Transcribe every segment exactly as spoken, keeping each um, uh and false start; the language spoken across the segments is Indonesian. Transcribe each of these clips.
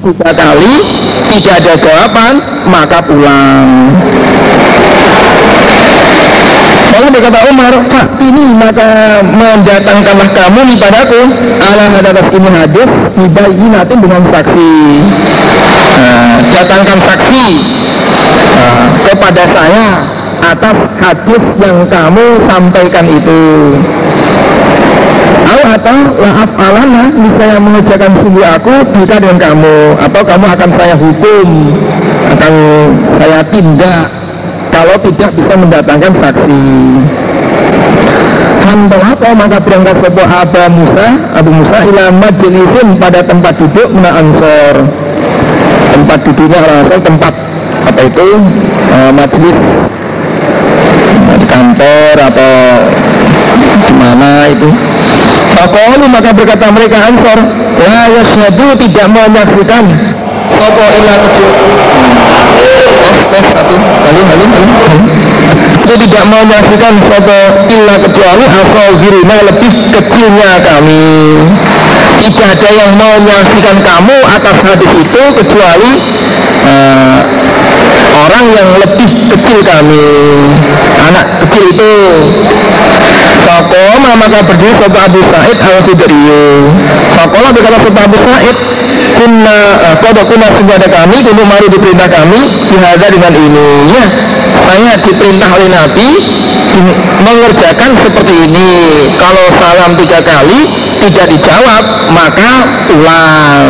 tiga kali tidak ada jawaban, maka pulang. Lalu berkata Umar, Pak ini maka mendatangkanlah kamu nih padaku ala atas ini hadis dibayinatin dengan saksi. Nah, datangkan saksi nah, kepada saya atas hadis yang kamu sampaikan itu. Al atau laaf alana, saya mengerjakan sungguh aku jika dengan kamu, atau kamu akan saya hukum, akan saya tindak kalau tidak bisa mendatangkan saksi. Hantalako maka berangkat sebuah Abu Musa, Abu Musa ila majlisin pada tempat duduk mena Ansor. Tempat duduknya orang Ansor, tempat apa itu e, majlis di kantor atau di mana itu. Faqalu maka berkata mereka Ansor, la yashhadu tidak menyaksikan sapa illa kecuali tes tes satu kali kali kali itu tidak menyaksikan sapa illa kecuali asal-girina lebih kecilnya kami. Tidak ada yang menyaksikan kamu atas hadis itu kecuali uh, orang yang lebih kecil kami, anak kecil itu. Fakola maka berdiri sapa Abu Sa'id al-Khudri. Fakola berkata sapa Abu Sa'id, kunna qad kunna sebuah kami kudu mari diperintah kami dihadar dengan ini. Ya, saya diperintah oleh Nabi mengerjakan seperti ini. Kalau salam tiga kali tidak dijawab maka ulang.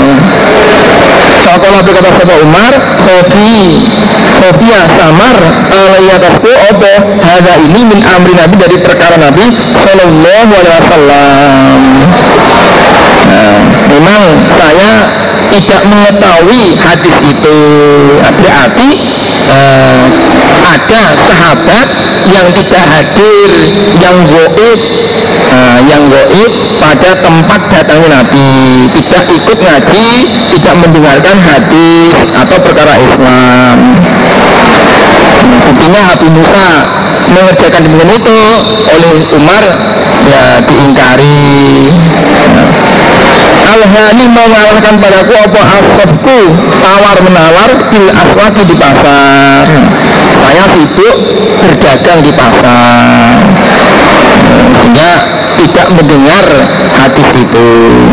Fakola berkata sapa Umar, Khofi Khofia samar alaihi atasku obo hada ini min amri Nabi dari perkara Nabi Sallallahu Alaihi Wasallam. Nah, memang saya tidak mengetahui hadis itu. Berarti eh, ada sahabat yang tidak hadir, yang goib, eh, yang goib pada tempat datangnya Nabi, tidak ikut ngaji, tidak mendengarkan hadis atau perkara Islam. Buktinya Abu Musa mengerjakan demikian itu oleh Umar ya diingkari. Nah, Al-Hani mengalahkan padaku apa asofku tawar menawar bil aswaki di pasar. Saya sibuk berdagang di pasar sehingga tidak mendengar hadis itu.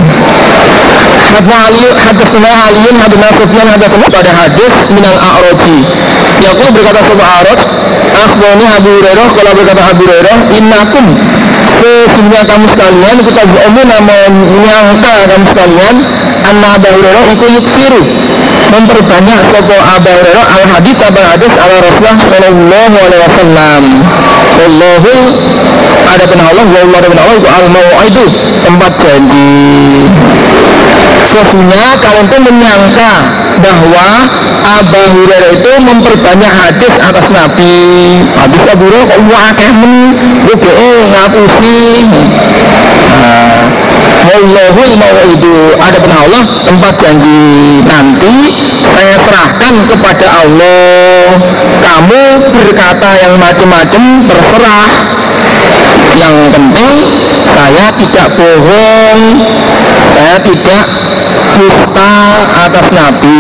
Hadisnya Aliun, hadisnya Sufyan, hadisnya pada hadis minal a'roji. Yaqul berkata sebuah a'roj, akhbani Abu Hurairah, kalau berkata Abu Hurairah, innakum sesungguhnya kamu sekalian, kita beromuna menyangka kamu sekalian, anna Abu Hurairah itu yukfiru memperbanyak sebuah Abu Hurairah al hadis abal hadis ala Rasulullah Sallallahu Alaihi Wasallam. Wallahu ada benar Allah, wallahu ada benar Allah itu al-mau'idu tempat janji. Sesungguhnya kalian itu menyangka bahwa Abu Hurairah itu memperbanyak hadis atas Nabi. Hadis Abu Hurairah kok wakeh men buke ngapusi. Nah, wallahu al-mau'idu ada benar Allah tempat janji. Nanti saya serahkan kepada Allah. Kamu berkata yang macam-macam terserah. Yang penting saya tidak bohong, saya tidak dusta atas Nabi.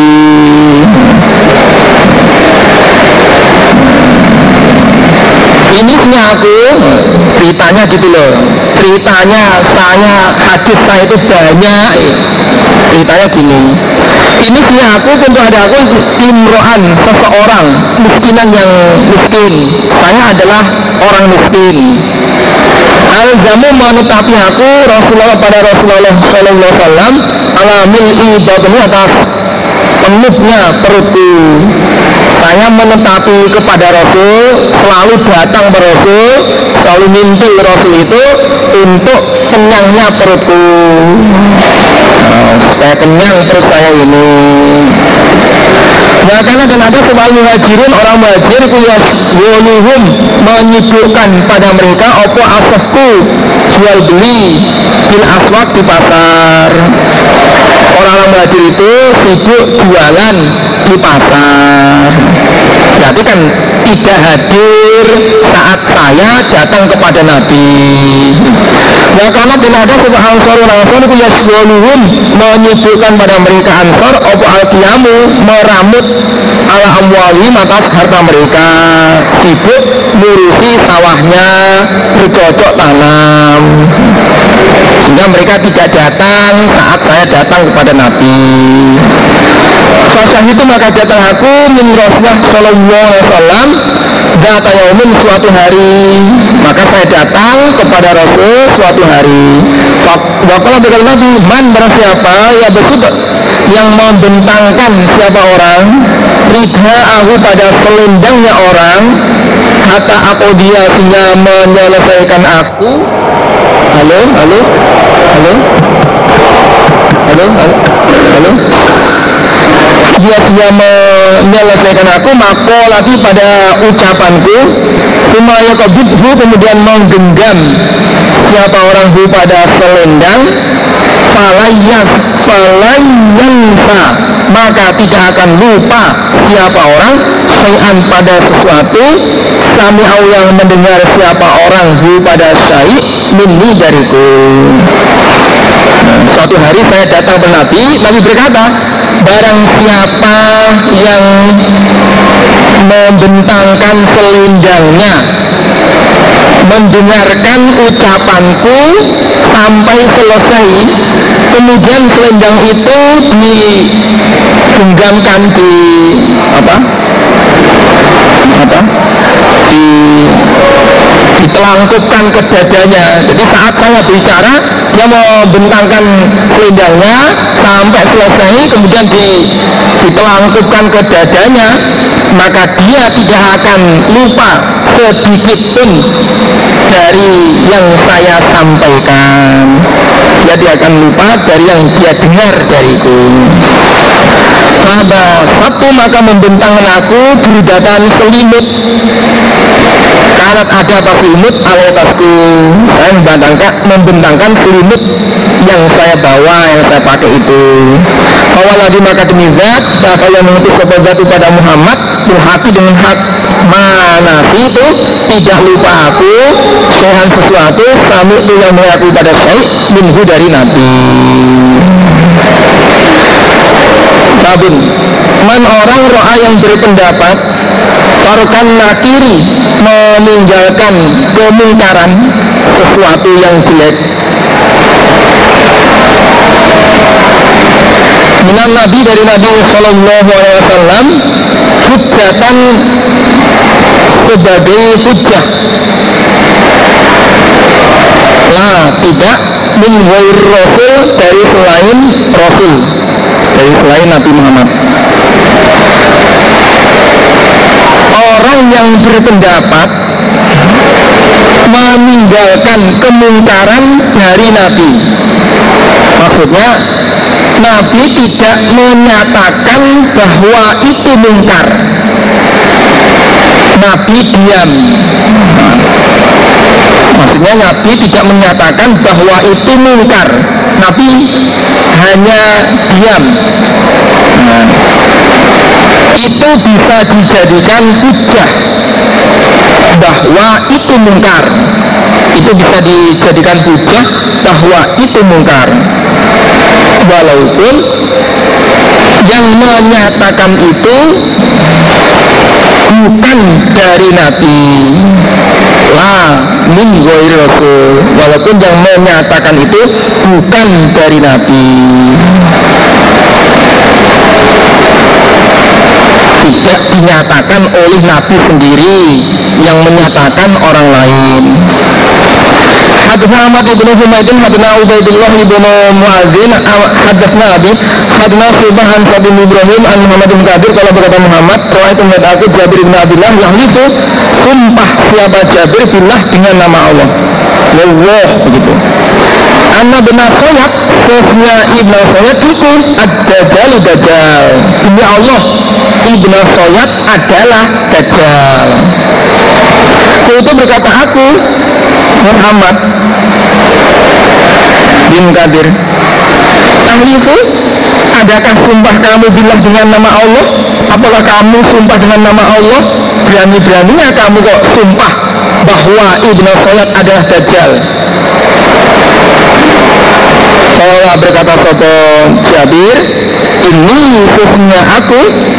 Ini punya aku ceritanya gitu loh. Ceritanya saya hadis saya itu banyak. Ceritanya gini. Ini punya aku tentu ada aku imro'an seseorang miskinan yang miskin. Saya adalah orang miskin. Al-jamu menetapi aku Rasulullah pada Rasulullah Sallallahu Alaihi Wasallam alamil ibadahnya atas penuhnya perutku. Saya menetapi kepada Rasul, selalu datang ke Rasul, selalu minta Rasul itu untuk kenyangnya perutku. Nah, supaya kenyang perut saya ini. Ya karena dan ada sebal muhajirin orang muhajir kuyas woluhum menyibukkan pada mereka opo asafku jual beli bil aswak di pasar. Orang-orang muhajir itu sibuk jualan di pasar. Berarti kan tidak hadir saat saya datang kepada Nabi. Ya karena tidak ada sebuah ansor ansor itu ya sebelum menyebutkan pada mereka ansor opo al-qiyamu meramut ala amwali atas harta mereka, sibuk ngurusi sawahnya, bercocok tanam, sehingga mereka tidak datang saat saya datang kepada Nabi. Fasah itu maka datang aku min Rasulullah Sallallahu Alaihi Wasallam data yaumin suatu hari, maka saya datang kepada Rasul suatu hari. Wakala berkata Nabi, man barang siapa ya besut yang membentangkan siapa orang ridha aku pada selendangnya orang, kata aku dia sehingga menyelesaikan aku. Halo, halo, halo, halo, halo, halo. Dia-dia menyelesaikan aku maka lagi pada ucapanku semuanya kebidhu kemudian menggenggam siapa orang hu pada selendang falayas falayansa maka tidak akan lupa siapa orang syai'an pada sesuatu sami'au yang mendengar siapa orang hu pada syai' minni dariku. Nah, suatu hari saya datang ke Nabi, Nabi berkata, barang siapa yang membentangkan selendangnya, mendengarkan ucapanku sampai selesai, kemudian selendang itu digenggamkan di apa? Apa? Di ditelangkupkan ke dadanya. Jadi saat saya bicara, dia membentangkan selendangnya sampai selesai, kemudian di, ditelangkupkan ke dadanya, maka dia tidak akan lupa sedikit pun dari yang saya sampaikan. Dia tidak akan lupa dari yang dia dengar dariku. Pada satu maka membentangkan aku berdatan selimut. Kanat ada apa selimut alatasku. Saya membentangkan, membentangkan selimut yang saya bawa, yang saya pakai itu. Fawaladi maka demi zat, siapa yang mengutus sebuah pada Muhammad berhati dengan hak manasi itu tidak lupa aku sehan sesuatu kami itu yang mengaku pada saya minhu dari Nabi. Babun man orang ro'a yang berpendapat tarkan nakiri meninggalkan kemungkaran sesuatu yang jelek minan Nabi dari Nabi Sallallahu Alaihi Wasallam hujjatan sebagai hujjah lah tidak min ghair rasul dari selain rasul dari selain Nabi Muhammad. Orang yang berpendapat meninggalkan kemungkaran dari Nabi, maksudnya Nabi tidak menyatakan bahwa itu mungkar, Nabi diam. Maksudnya Nabi tidak menyatakan bahwa itu mungkar, Nabi hanya diam. Nah, itu bisa dijadikan hujjah bahwa itu mungkar. Itu bisa dijadikan hujjah bahwa itu mungkar, walaupun yang menyatakan itu bukan dari Nabi, la min ghairi rasul, walaupun yang menyatakan itu bukan dari Nabi, tidak dinyatakan oleh Nabi sendiri, yang menyatakan orang lain. Haditsna Ahmad ibn Humaydin, haditsna Ubaidillah ibn Muadzin, haditsna Abi, haditsna Subhan bin Ibrahim an Muhammad bin Kabir, kalau berkata Muhammad, "Ra'aitu melihat aku Jabir bin Abdullah yang itu sumpah siapa Jabir billah dengan nama Allah." Allah begitu. Anna benar soyat, sesnya Ibnu Soyat itu ad-dajjal dajjal. Demi Allah, Ibnu Soyat adalah dajjal. Itu berkata aku Muhammad bin Kadir, tahlifu adakah sumpah kamu billah dengan nama Allah? Apakah kamu sumpah dengan nama Allah? Berani-beraninya kamu kok sumpah bahwa Ibnu Sayyad adalah Dajjal. Kalau berkata sopo Jabir, ini sesungguhnya aku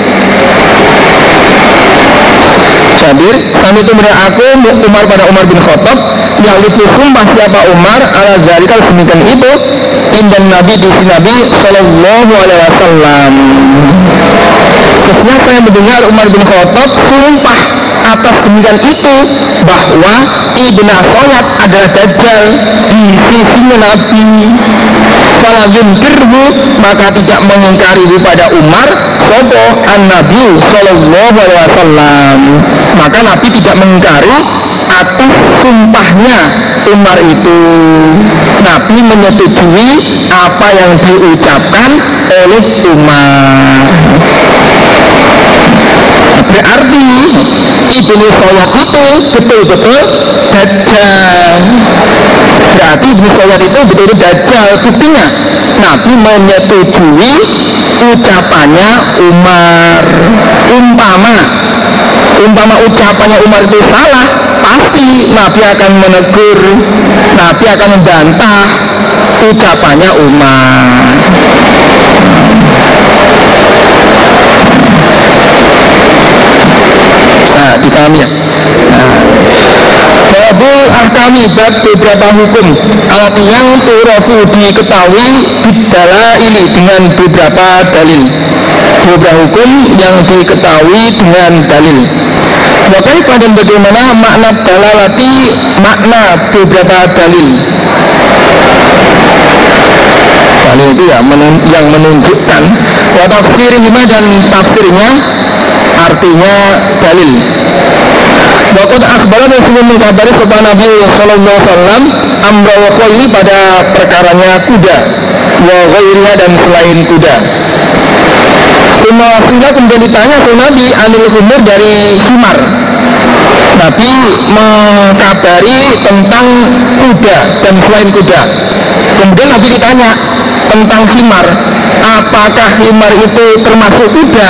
Jabir, kami itu melihat aku Umar pada Umar bin Khattab yang itu sumpah siapa Umar ala zalikal semikian itu indan Nabi di sisi Nabi Sallallahu Alaihi Wasallam. Sesungguhnya saya mendengar Umar bin Khattab sumpah atas demikian itu bahwa Ibnu Sayyad adalah Dajjal di sisinya Nabi. Fala yunkirhu, maka tidak mengingkari pada Umar sopo an-Nabi Sallallahu Alaihi Wasallam. Maka Nabi tidak mengingkari atas sumpahnya Umar itu. Nabi menyetujui apa yang diucapkan oleh Umar. Berarti Ibnu Sayyad itu betul-betul Dajjal. Berarti Ibnu Sayyad itu betul-betul Dajjal. Buktinya Nabi menyetujui ucapannya Umar. Umpama Umpama ucapannya Umar itu salah, pasti Nabi akan menegur, Nabi akan membantah ucapannya Umar. Nah, dipahami ya? Nah, babul ahkami, bab beberapa hukum alat yang turafu diketahui bidala ini dengan beberapa dalil. Beberapa hukum yang diketahui dengan dalil. Wakai pada bagaimana makna dalalati, makna beberapa dalil. Dalil itu ya menun, yang menunjukkan. Wa tafsirihima, dan tafsirnya artinya dalil. Waqad akhbarana Rasulullah mengkabari sopan Nabi sallallahu alaihi wasallam amra wa khayli, pada perkaranya kuda, wa ghairiha, dan selain kuda. Semua sehingga kemudian ditanya sama Nabi anil humur, dari himar. Nabi mengkabari tentang kuda dan selain kuda. Kemudian Nabi ditanya tentang himar, apakah himar itu termasuk kuda?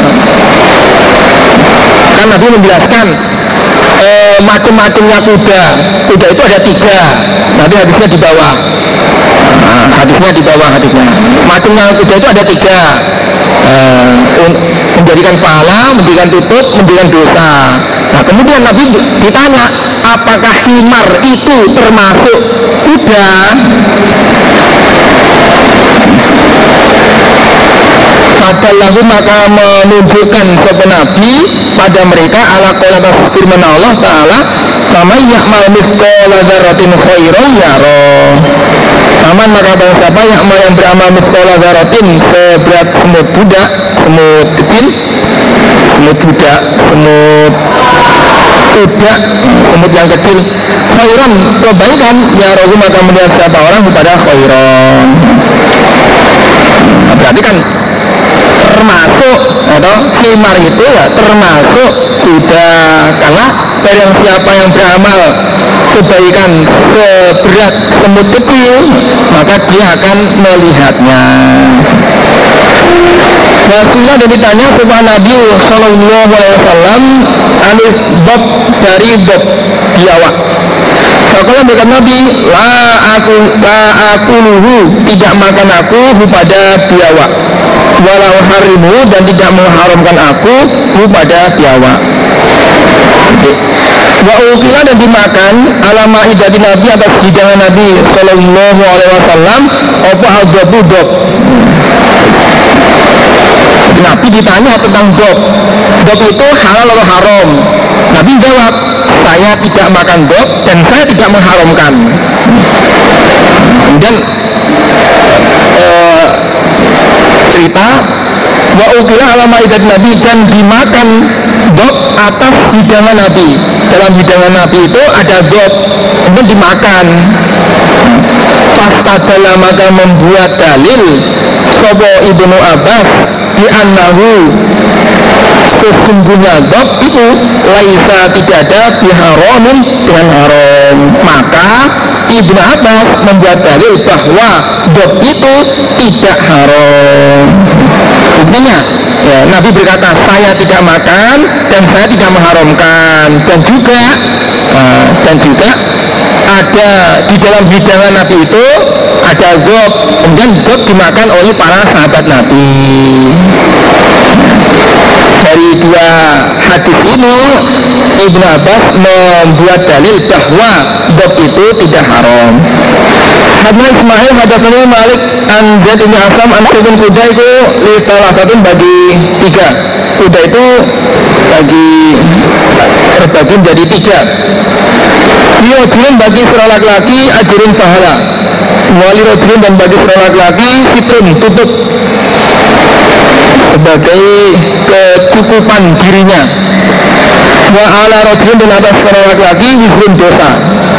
Kan Nabi menjelaskan e, macam-macamnya kuda. Kuda itu ada tiga. Nanti hadisnya di bawah. Nah, hadisnya di bawah hadisnya. Macamnya kuda itu ada tiga. E, menjadikan pahala, menjadikan tutup, menjadikan dosa. Nah, kemudian Nabi ditanya, apakah himar itu termasuk kuda? Fadallahu, maka menunjukkan sopan Nabi pada mereka ala qala atas firman Allah Ta'ala, faman ya'mal mithqala dzarratin khairan yara. Faman, maka barang siapa ya'mal yang beramal mithqala dzarratin, seberat semut budak, semut kecil, semut budak, semut budak, semut yang kecil, khairan, kebaikan, yarahu, maka melihat siapa orang kepada khairan. Nah, berarti kan termasuk, atau himar itu ya termasuk kuda, karena barang siapa yang beramal kebaikan seberat semut kecil, maka dia akan melihatnya. Rasulullah dan ditanya supaya Nabi Sallallahu Alaihi Wasallam alif bob, dari bob biawak. Kalau berkata Nabi, la aku la aku luhu, tidak makan aku pada biawak, walau harimu, dan tidak mengharamkan aku pada biawak. Wa ukila, dan dimakan alama idati Nabi, atas hidangan Nabi Sallallahu Alaihi Wasallam apa al-dobu, dob. Nabi ditanya tentang dob, dob itu halal atau haram? Nabi jawab, saya tidak makan dob dan saya tidak mengharamkan. Kemudian eh, cerita wa ukila alama idat Nabi, dan dimakan dob atas hidangan Nabi. Dalam hidangan Nabi itu ada dob, kemudian dimakan. Fastadala, maka membuat dalil sobo Ibnu Abbas di annahu, sesungguhnya dob itu laisa, tidak ada biharamin, dengan haram. Maka Ibnu Abbas membuat dalil bahwa dob itu tidak haram. Buktinya ya, Nabi berkata saya tidak makan dan saya tidak mengharamkan, dan juga uh, dan juga ada di dalam hidangan Nabi itu ada dob, kemudian dob dimakan oleh para sahabat Nabi. Dari dua hadis ini Ibnu Abbas membuat dalil bahwa dob itu tidak haram. Hadna Ismail hadatsana Malik an Zaid bin Aslam an Ibn Kuda itu li salah satu bagi tiga. Kuda itu bagi terbagi menjadi tiga. Dia rojulun bagi seorang laki-laki ajrun pahala, wali rojulun dan bagi seorang laki-laki fitrun tutup sebagai kecukupan dirinya, wa ala rojulun dan atas seorang laki-laki wizrun dosa.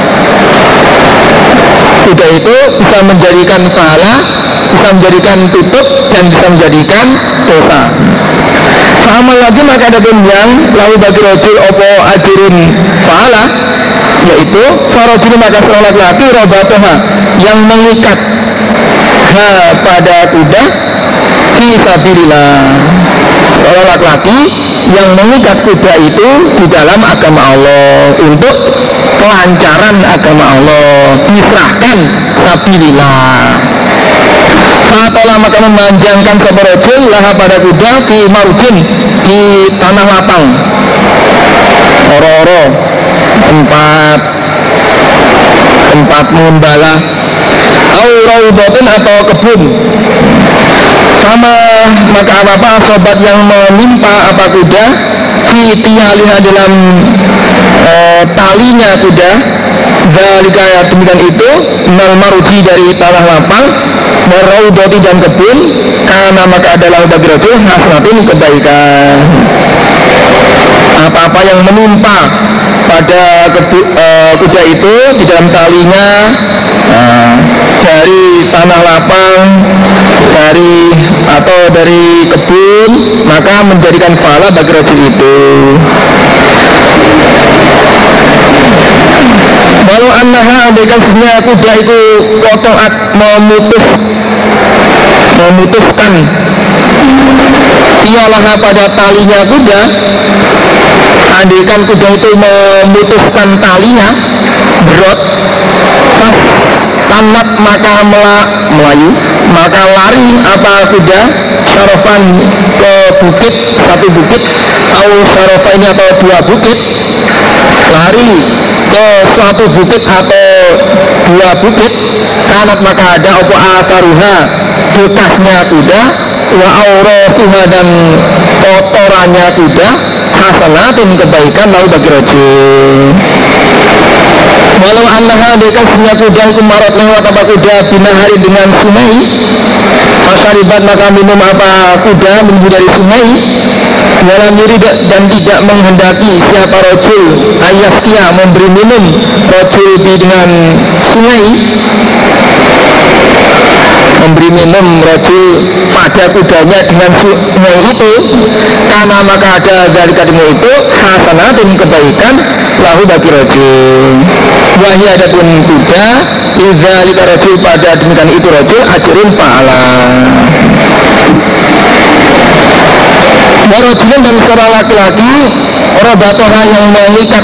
Kuda itu bisa menjadikan pahala, bisa menjadikan tutup, dan bisa menjadikan dosa. Fa'amal lagi maka ada pun yang lalu bagi rojul opo ajrun pahala, yaitu farojul maka seorang laki-laki robatoha yang mengikat ha pada kuda fi sabilillah, seorang laki-laki yang mengikat kuda itu di dalam agama Allah untuk kelancaran agama Allah, diserahkan sabilillah. Fatola maka memanjangkan seperojul laha pada kuda di marujin, di tanah lapang, oro-oro, tempat tempat membala, au raudatun atau kebun. Sama maka apa-apa sobat yang menimpa apa kuda fitiyaliha dalam e, talinya kuda, dalika ya demikian itu nal maruji dari tanah lapang, meraudati dan kebun, karena maka adalah bagi rajul hasratin kebaikan. Apa-apa yang menimpa pada kebu, e, kuda itu di dalam talinya, nah, dari tanah lapang, dari atau dari kebun, maka menjadikan pahala bagi rajul itu. Walau annaha andaikan sebenarnya kuda itu kotoat memutus memutuskan tialaha pada talinya kuda, andaikan kuda itu memutuskan talinya berot pas tamat maka mela, melayu maka lari apa kuda syarofan ke bukit, satu bukit atau syarofan atau dua bukit, lari ke suatu bukit atau dua bukit, kanat maka ada opo akaruha bekasnya kuda, wa aurasuha dan kotorannya kuda, hasanatin kebaikan lalu bagi rajul. Walau annaha dekasnya kuda itu marot lewat apa kuda binahari dengan sungai, masyaribat maka minum apa kuda minum dari sungai, walam yurid dan tidak menghendaki siapa rojul ayaskia memberi minum rojul dengan sungai, memberi minum rojul pada kudanya dengan sungai itu, karena maka ada dari kadimu itu hasanatin kebaikan lahu bagi rojul. Wahai adapun kuda idzalika rojul pada demikian itu rojul ajrun pahala. Warojulun dan seorang laki-laki robatoha yang mengikat.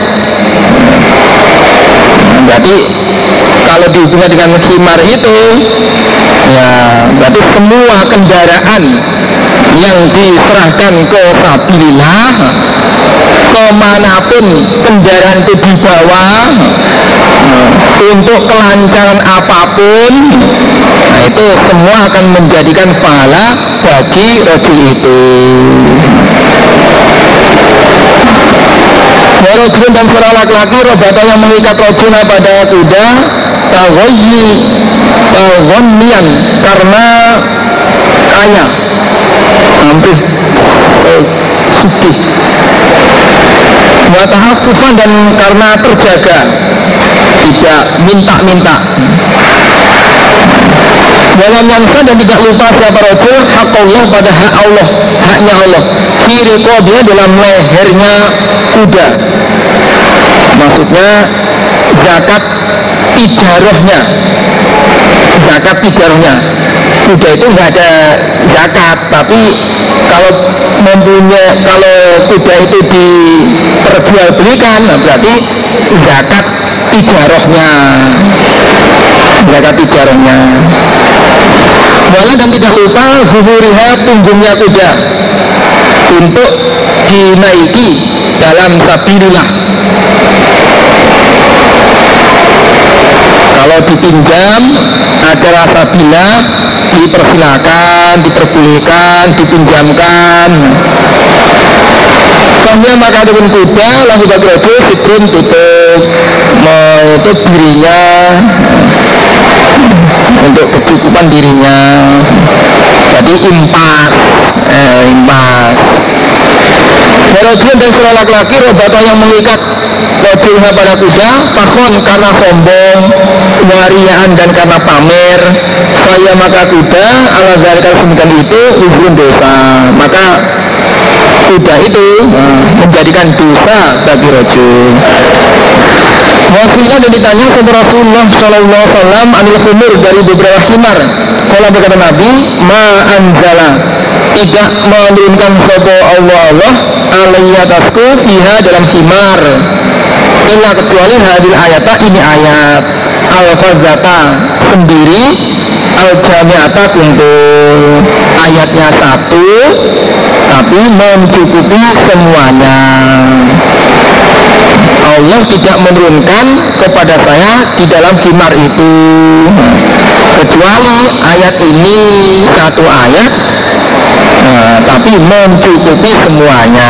Berarti kalau dihubungkan dengan khimar itu, ya berarti semua kendaraan yang diserahkan ke sabilillah, kemanapun kendaraan itu dibawa untuk kelancaran apapun, nah itu semua akan menjadikan pahala bagi rajul itu. Rajul dan seorang laki-laki robata yang mengikat rajul pada kuda taghayyi taghonnian karena kaya, hampir eh, sugih, wa tahaffufan dan karena terjaga, tidak minta-minta. Walam yangsa dan tidak lupa siapa rajul hak Allah pada hak Allah, haknya Allah fi riqabnya dalam lehernya kuda, maksudnya zakat tijarahnya, zakat tijarahnya. Kuda itu nggak ada zakat, tapi kalau mempunyai, kalau kuda itu diperjualbelikan, nah berarti zakat tijarahnya, zakat tijarahnya. Wala dan tidak lupa zuhuriha, punggungnya kuda untuk dinaiki dalam sabilillah. Kalau dipinjam acara sabila dipersilakan, diperbolehkan, dipinjamkan. Soalnya maka dengan kuda lalu bagi rojo sidrun tutup, menutup dirinya untuk kecukupan dirinya. Jadi impas, eh, impas. Warajun dan seorang laki-laki robato yang mengikat wajahnya pada kuda, fakon karena sombong, wariaan dan karena pamer. Saya maka kuda ala zalika semacam itu uzrun dosa. Maka kuda itu menjadikan dosa bagi rajul. Wasilah dan ditanya sama Rasulullah Shallallahu Alaihi Wasallam anil khumur dari beberapa khimar. Kalau berkata Nabi, ma anzala, tidak menurunkan sopo Allah Allah alaihi atasku fiha dalam khimar, illa kecuali hadir ayata, ini ayat al-fadzata sendiri, al-jami'ata kumpul. Ayatnya satu tapi mencukupi semuanya. Allah tidak menurunkan kepada saya di dalam khimar itu, kecuali ayat ini satu ayat, nah, tapi mencukupi semuanya,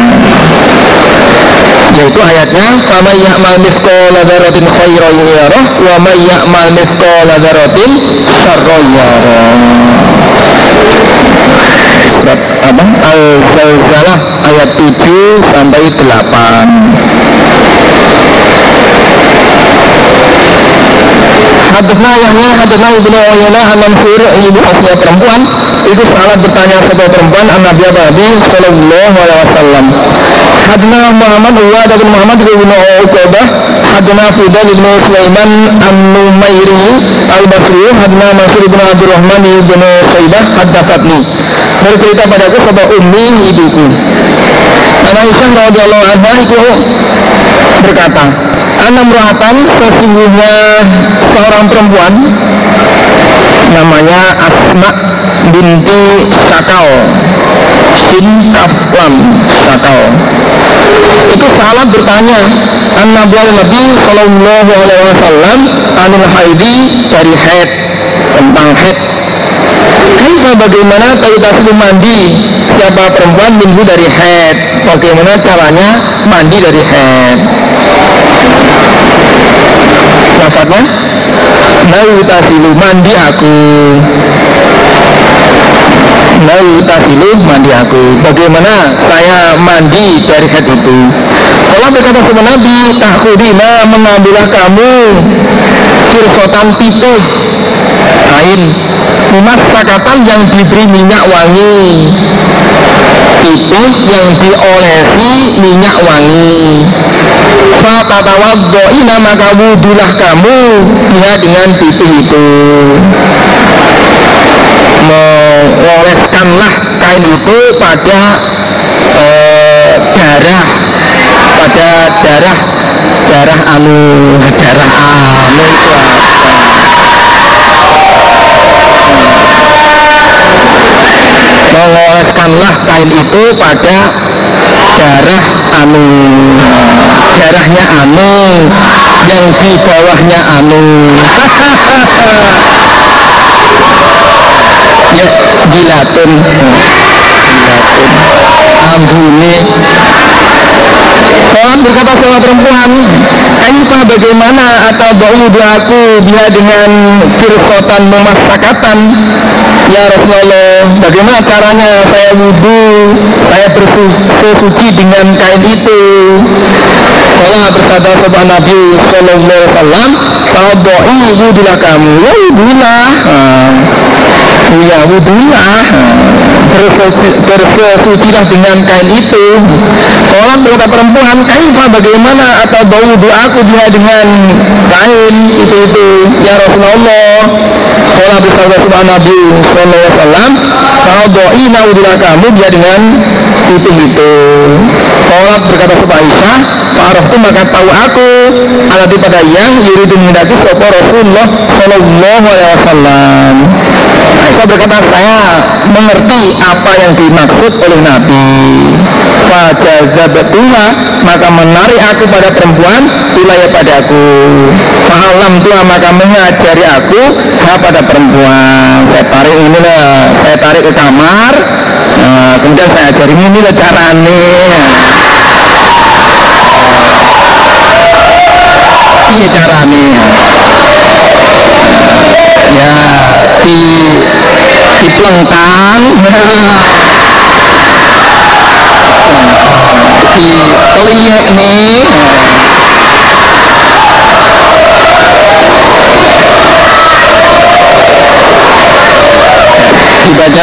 yaitu ayatnya faman ya'mal mithqala dzarratin khairan yarah wa man ya'mal mithqala dzarratin syarran yarah. Surat apa? Al-Zalzalah ayat tujuh sampai delapan. Hadisna Yahya, hadisna Ibnu Uyainah An-Mansur, ibu aslinya perempuan itu salah bertanya sebuah perempuan an Nabi Nabi Sallallahu Alaihi Wasallam. Hadisna Muhammad Uwad bin Muhammad bin Uqbah, hadisna Fudail bin Sulaiman An-Numairi Al-Basri, hadisna Mansur bin Abdurrahman bin Saibah haddatsatni. Bercerita padaku sebuah ummi ibuku. Aisyah radhiyallahu anha itu berkata, anak merahatan sesungguhnya seorang perempuan namanya Asma binti Sakal, sin kaflam Sakal, itu salah bertanya an Nabi Nabi Sallallahu Alaihi Wasallam anil haidi, dari haid, tentang haid. Kaifa, bagaimana tahu mandi siapa perempuan minggu dari haid, bagaimana caranya mandi dari haid. Lafadznya nau tasilu, mandi aku, nau tasilu, mandi aku. Bagaimana saya mandi dari haid itu? Kalau berkata sama Nabi, tahudina, mengambillah kamu firsotan pipih kain, umat sakatan yang diberi minyak wangi, pipih yang diolesi minyak wangi. Fatatawaddo'ina, maka wudulah kamu dia dengan pipih itu. Mengoleskanlah kain itu pada eh, darah, pada darah darah anu darah anu itu mengoleskanlah kain itu pada darah anu, darahnya anu, yang di bawahnya anu. Ya, dilatun, dilatun, ambune. Orang berkata sama perempuan, kaifa, bagaimana atau bau aku dia dengan firsotan memasakatan, ya Rasulullah, bagaimana caranya saya wudhu, saya bersuci dengan kain itu. Kalau bersabda sahabat Nabi Sallallahu Alaihi Wasallam, kalau doi wudhulah kamu, ya wudhulah. ya wudulah, bersesucilah dengan kain itu. Kalau berkata perempuan, kaifah bagaimana atau bau wudu aku dia dengan kain itu itu ya Rasulullah. Kalau bersabda subhanahu Nabi Sallallahu Alaihi Wasallam, kalau doina wudulah kamu dia dengan itu itu. Kalau berkata subhanahu Aisyah, Fa'araf itu maka tahu aku alati pada yang yuridu menghendaki sapa Rasulullah Sallallahu Alaihi Wasallam. Aisyah berkata, saya mengerti apa yang dimaksud oleh Nabi. Fajazabatuha, maka menarik aku pada perempuan wilayah padaku. Fa'alam tuha, maka mengajari aku ha pada perempuan. Saya tarik ini lah, saya tarik ke kamar. Nah, kemudian saya ajari ini lah caranya. Iya caranya. Ya di diplengkang, di keliek nih, dibaca.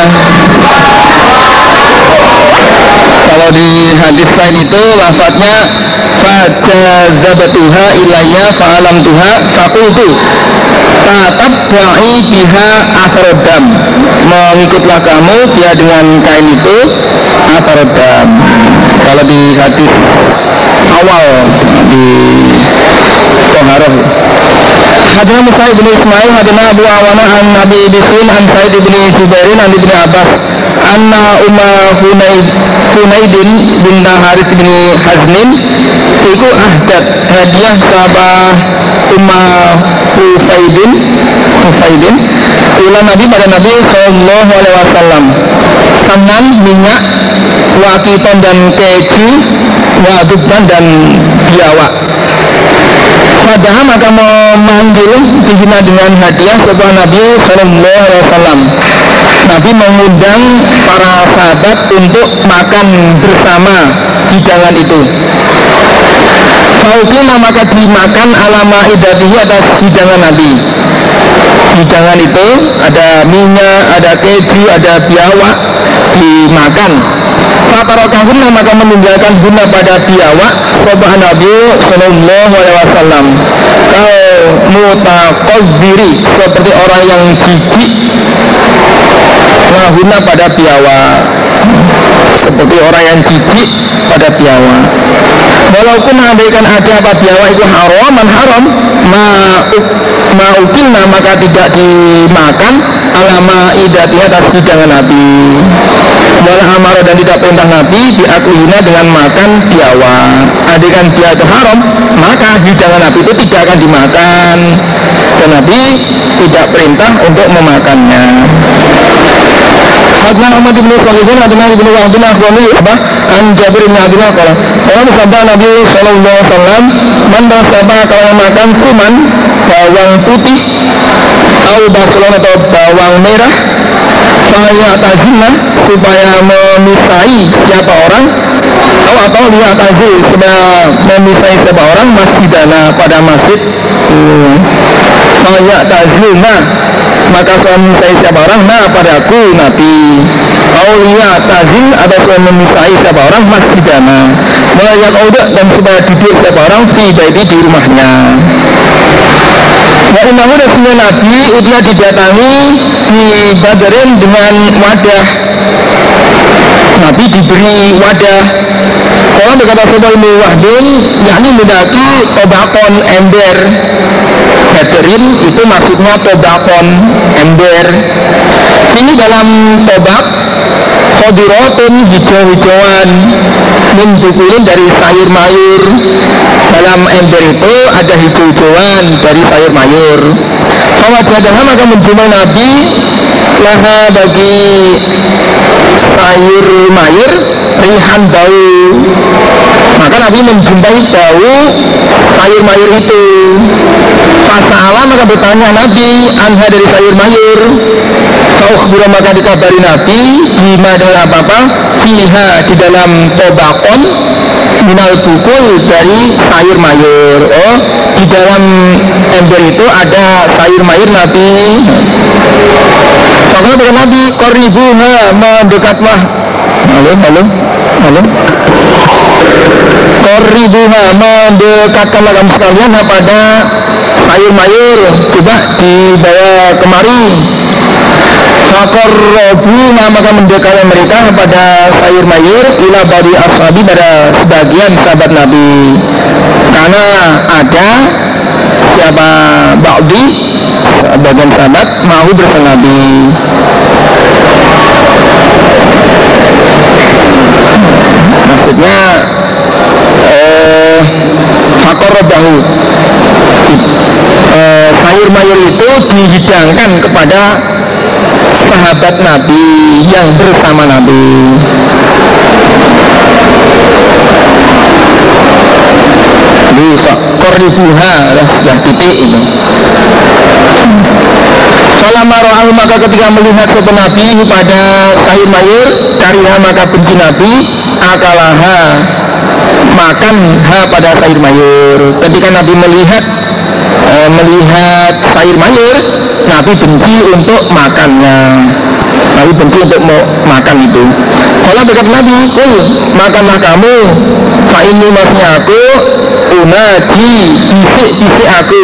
Kalau di hadis lain itu lafadznya fajazabatuha ilayya fa'alamtuha faqultu tatabba'i biha asrodam, mengikutlah kamu dia dengan kain itu asrodam. Kalau di hadis awal di Toharoh, hadana Musa ibn Ismail, hadana Abu Awana an Nabi Bisrin an Said ibn Jubairin an ibn Abbas anna Umma Hunaidin binta Harith bin Haznin iku ahdat hadiah sabah Umma Hufaidin Hufaidin ila Nabi pada Nabi Sallallahu Alaihi Wasallam sanan minyak wakiton dan keju wadubban dan biawak. Padahal maka memanggil dihina dengan hadiah sebuah Nabi Sallallahu Alaihi Wasallam. Nabi mengundang para sahabat untuk makan bersama hidangan itu. Faukina maka dimakan alama idatihi atas hidangan Nabi. Hidangan itu ada minyak, ada keju, ada biawak dimakan. Fatarokahunna maka meninggalkan guna pada biawak sobah Nabi Sallallahu Alaihi Wasallam. Kau mutaqazziri seperti orang yang jijik lahuna pada biawak, seperti orang yang jijik pada biawak. Walaupun andaikan ada apa biawak itu haraman haram, ma'ukilna maka tidak dimakan alama idati atas hidangan Nabi. Wala amara dan tidak perintah Nabi biaklihina dengan makan biawak. Andaikan dia itu haram, maka hidangan Nabi itu tidak akan dimakan, dan Nabi tidak perintah untuk memakannya. Hadna Ahmad bin Salihin, hadna Ibnu Wahb bin Akhwani apa? An Jabir bin Abdullah qala. Qala sabda Nabi sallallahu alaihi wasallam, man basaba kalau makan suman bawang putih atau basulon atau bawang merah, saya tazimah supaya memisai siapa orang atau atau lihat tazim supaya memisai siapa orang masjidana pada masjid. Hmm. Saya tazimah maka suami memisai siapa orang nah padaku Nabi. Aulia tazim atau suami memisai siapa orang masjidana. Melayak auda dan supaya duduk siapa orang fi baiti di rumahnya. Wa innahu rasanya Nabi utia didatangi di Badrin dengan wadah. Nabi diberi wadah. Kalau berkata sebuah ilmu wahdin, yakni mendaki tobakon ember. Badrin itu maksudnya tobakon ember. Ini dalam tobak khodirotun hijau-hijauan min bukulin dari sayur mayur. Dalam ember itu ada hijau-hijauan dari sayur mayur. Fawajadaha maka menjumpai Nabi laha bagi sayur mayur rihan bau. Maka Nabi menjumpai bau sayur mayur itu. Fasa'ala maka bertanya Nabi anha dari sayur mayur. Faukhbura maka dikabari Nabi bima dengan apa-apa fiha di dalam tobakon minal bukul dari sayur mayur. Oh, di dalam ember itu ada sayur mayur Nabi. Maka kata Nabi, qaribuha, mendekatlah. Halo, halo, halo. Qaribuha, mendekatkanlah kamu sekalian pada sayur mayur, coba dibawa kemari. Faqarrabuha, maka mendekatkan mereka kepada sayur mayur ila bari ashabi, pada sebagian sahabat Nabi. Karena ada siapa ba'di, sebagian sahabat mau bersama Nabi. Maksudnya eh, faqarrabahu, eh, sayur mayur itu dihidangkan kepada sahabat Nabi yang bersama Nabi. Jadi qaribuha sudah titik itu. Falamma ra'ahu, maka ketika melihat sahabat Nabi pada sayur mayur, kariha, maka benci Nabi, akalaha, makan ha pada sayur mayur. Ketika Nabi melihat e, melihat sayur mayur, Nabi benci untuk makannya. Nabi benci untuk mau makan itu. Kalau berkata Nabi, kul, makanlah kamu. Fa ini maksudnya aku, unaji, bisik-bisik aku.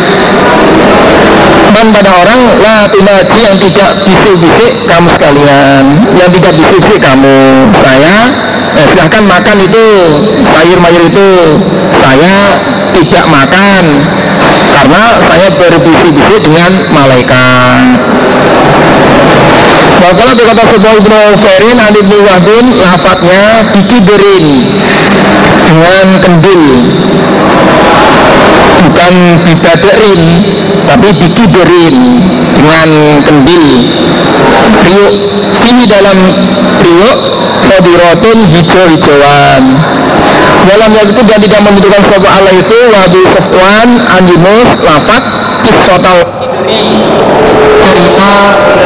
Man pada orang, la tunaji, yang tidak bisik-bisik kamu sekalian, yang tidak bisik-bisik kamu. Saya eh, silahkan makan itu sayur mayur itu. Saya tidak makan karena saya berbisik-bisik dengan malaikat. Wakala berkata sebuah Ibnu Ferin Ali bin Wahbin, lafadznya bikiderin, dengan kendil, bukan bibaderin, tapi bikiderin, dengan kendil. Riuk, ini dalam riuk khodirotun, hijau-hijauan. Dalam yang itu dia tidak menentukan sopa Allah itu Wabi Sofwan Anjinus lafad kisrotal cerita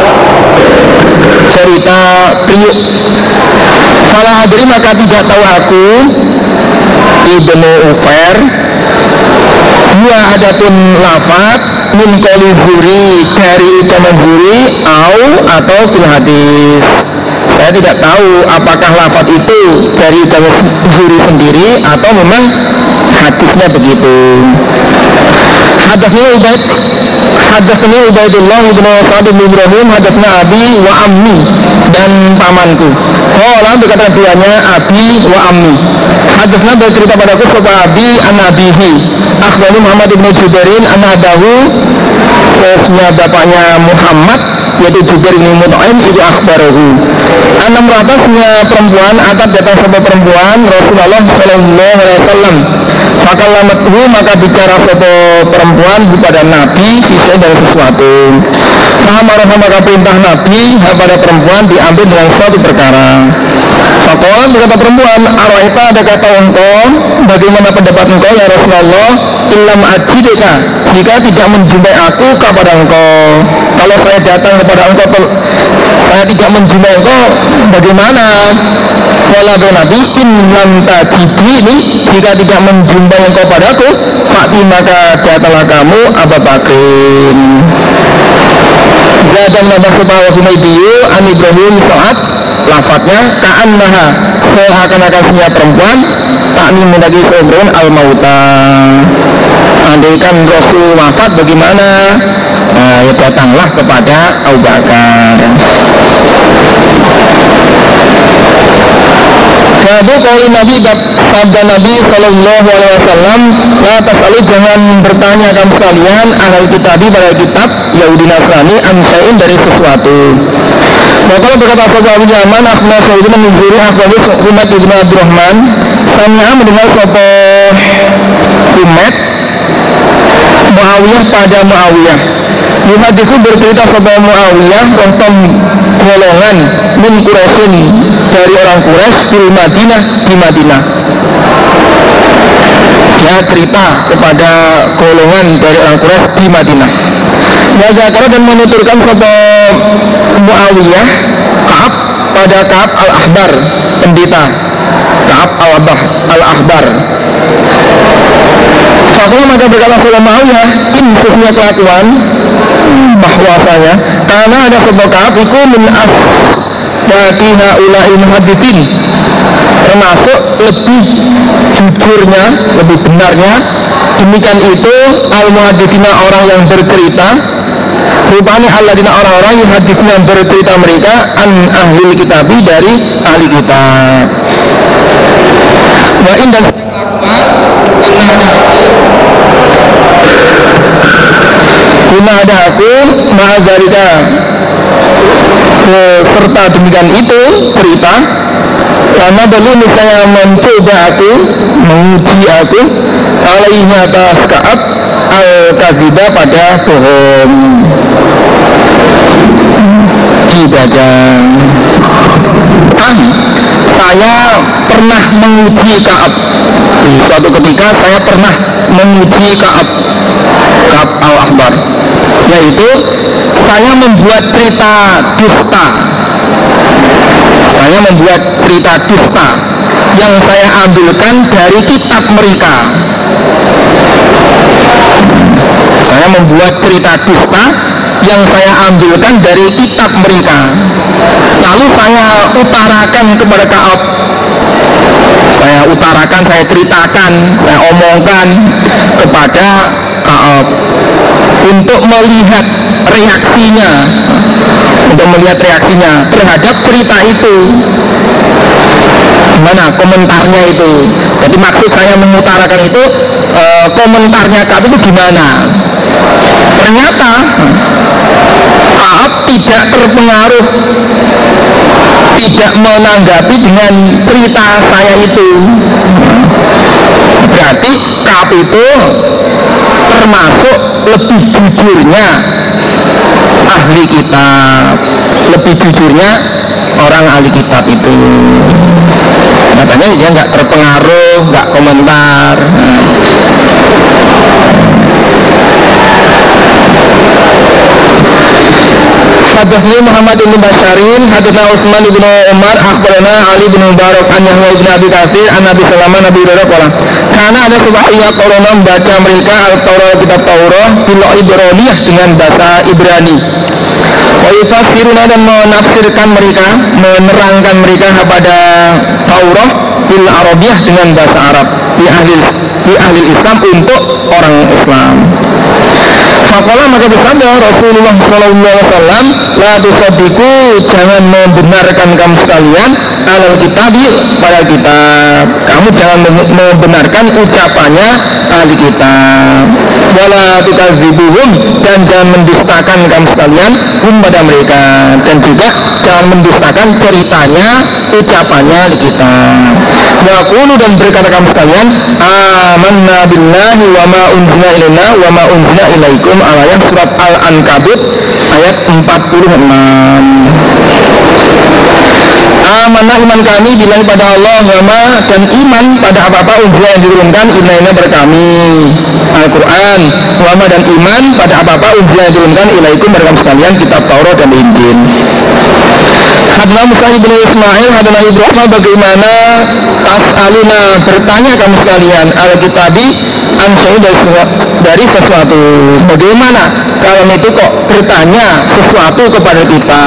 cerita priuk. Salah hadri, maka tidak tahu aku Ibnu Ufair dua adapun lafad min qali zuri, dari utaman zuri au atau fil hadis. Saya tidak tahu apakah lafaz itu dari Zuri sendiri atau memang hadisnya begitu. Hadatsnya Ubaid, hadatsnya Ubaidullah bin Sa'd bin Ibrahim, hadatsnya Abi wa Ammi, dan pamanku. Qala, berkata duanya Abi wa Ammi. Hadatsnya bercerita padaku sapa Abi an Abihi. Akhbarani Muhammad bin Jubairin an Abahu, sesnya bapaknya Muhammad yaitu Jubair bin Mut'im, itu akhbarahu. Enam ratusnya perempuan, atas datang sebuah perempuan Rasulullah Sallallahu Alaihi Wasallam. Fakalamathu, maka bicara sebuah perempuan kepada Nabi fisai dari sesuatu. Fahamarah, maka perintah Nabi kepada perempuan diambil dengan suatu perkara. Fakolan, berkata perempuan, arwahita, ada kata engkau, bagaimana pendapat engkau ya Rasulullah, illam ajidika, jika tidak menjumpai aku kepada engkau. Kalau saya datang kepada engkau, saya tidak menjumpai engkau, bagaimana? Wala Nabi, in lam tajidini, jika tidak menjumpai engkau padaku, fa'ti, maka datanglah kamu Abu Bakrin. Zadan nabah supaya Humaydiyu an Ibrahim Sa'ad, lafadznya ka'annaha, seakan-akan senyap perempuan, takni mendaki seumrun al-mauta. Andaikan Rasul wafat bagaimana? Nah, ya datanglah kepada Abu Bakar. Babu qauli Nabi, sabda Nabi Sallallahu Alaihi Wasallam, la tas'alu, jangan bertanya kamu sekalian ahli kitabi, pada kitab Yahudi Nasrani, amsain, dari sesuatu. Maka berkata sahabat Abu Yaman, akhna sayyidina min Zuri, akhwali Humaid ibn Abdurrahman, sami'a, mendengar sahabat Humaid Muawiyah pada Muawiyah. Yuhadithu, bercerita sahabat Muawiyah, rohtom golongan min Quraisyin, dari orang Quraisy fil Madinah, di Madinah. Dia cerita kepada golongan dari orang Quraisy di Madinah. Yazakara, dan menuturkan sahabat Muawiyah Ka'ab pada Ka'ab al-Ahbar, pendeta Ka'ab al-Ahbar. Fakulah, maka berkata sahabat Muawiyah, in, sesungguhnya kelakuan bahwasanya karena ada sebuah Ka'ab iku min asdaqi haula'il muhadditsin, termasuk lebih jujurnya, lebih benarnya demikian itu al-muhadditsina orang yang bercerita, rupanya alladzina orang-orang yuhadditsina yang bercerita mereka an ahli kitabi dari ahli kitab. Wa indan kuna ada aku ma'adzalika serta demikian itu cerita karena belum saya mencoba aku menguji aku alaihi atas Ka'ab al-kadziba pada bohong. Dibaca ah, saya pernah menguji Ka'ab di suatu ketika saya pernah menguji Ka'ab Ka'ab al-Ahbar, yaitu saya membuat cerita dusta saya membuat cerita dusta yang saya ambilkan dari kitab mereka. Saya membuat cerita dusta yang saya ambilkan dari kitab mereka, lalu saya utarakan kepada Ka'ab. Saya utarakan, saya ceritakan, saya omongkan kepada Ka'ab untuk melihat reaksinya, untuk melihat reaksinya terhadap cerita itu. Gimana komentarnya itu? Jadi maksud saya mengutarakan itu e, komentarnya Ka'ab itu gimana? Ternyata Ka'ab tidak terpengaruh, tidak menanggapi dengan cerita saya itu. Berarti Ka'ab itu termasuk lebih jujurnya ahli kitab, lebih jujurnya orang ahli kitab itu. Katanya dia nggak terpengaruh, nggak komentar. Hadatsani Muhammad bin Basharin, hadatsana Utsman bin Umar, akhbarana Ali bin Mubarak an Yahya bin Abi Katsir an Nabi sallallahu alaihi wasallam. Karena ada sebuah ayat korona membaca mereka Al-Taurat, kitab Taurat bil Ibraniyah dengan bahasa Ibrani. Wa yufasiruna dan menafsirkan mereka, menerangkan mereka kepada Taurat bil Arabiyah dengan bahasa Arab di ahli di ahli Islam untuk orang Islam. Faqala maka bersabda Rasulullah sallallahu alaihi wasallam, la tusaddiqu, jangan membenarkan kamu sekalian alal kitabi pada kitab. Kamu jangan membenarkan ucapannya ahli kitab. Wala tukadzibuhum, dan jangan mendustakan kamu sekalian hum pada mereka, dan juga jangan mendustakan ceritanya, ucapannya ahli kitab. Yaqulu, dan berkata kamu sekalian, amanna billahi wa ma unzila ilaina wa ma unzila ilaikum, ayat surat Al-Ankabut ayat empat puluh enam. Amanah, iman kami billahi pada Allah, wa ma, dan iman pada apa-apa unzila yang diturunkan ilaina pada kami Al-Quran, wa ma, dan iman pada apa-apa unzila yang diturunkan ilaikum pada kamu sekalian kitab Taurat dan Injil. Hadna Musa ibn Ismail, hadna Ibrahim, bagaimana tas'aluna, bertanya kamu sekalian al-kitabi ansai dari, dari sesuatu. Bagaimana kalau itu kok bertanya sesuatu kepada kita?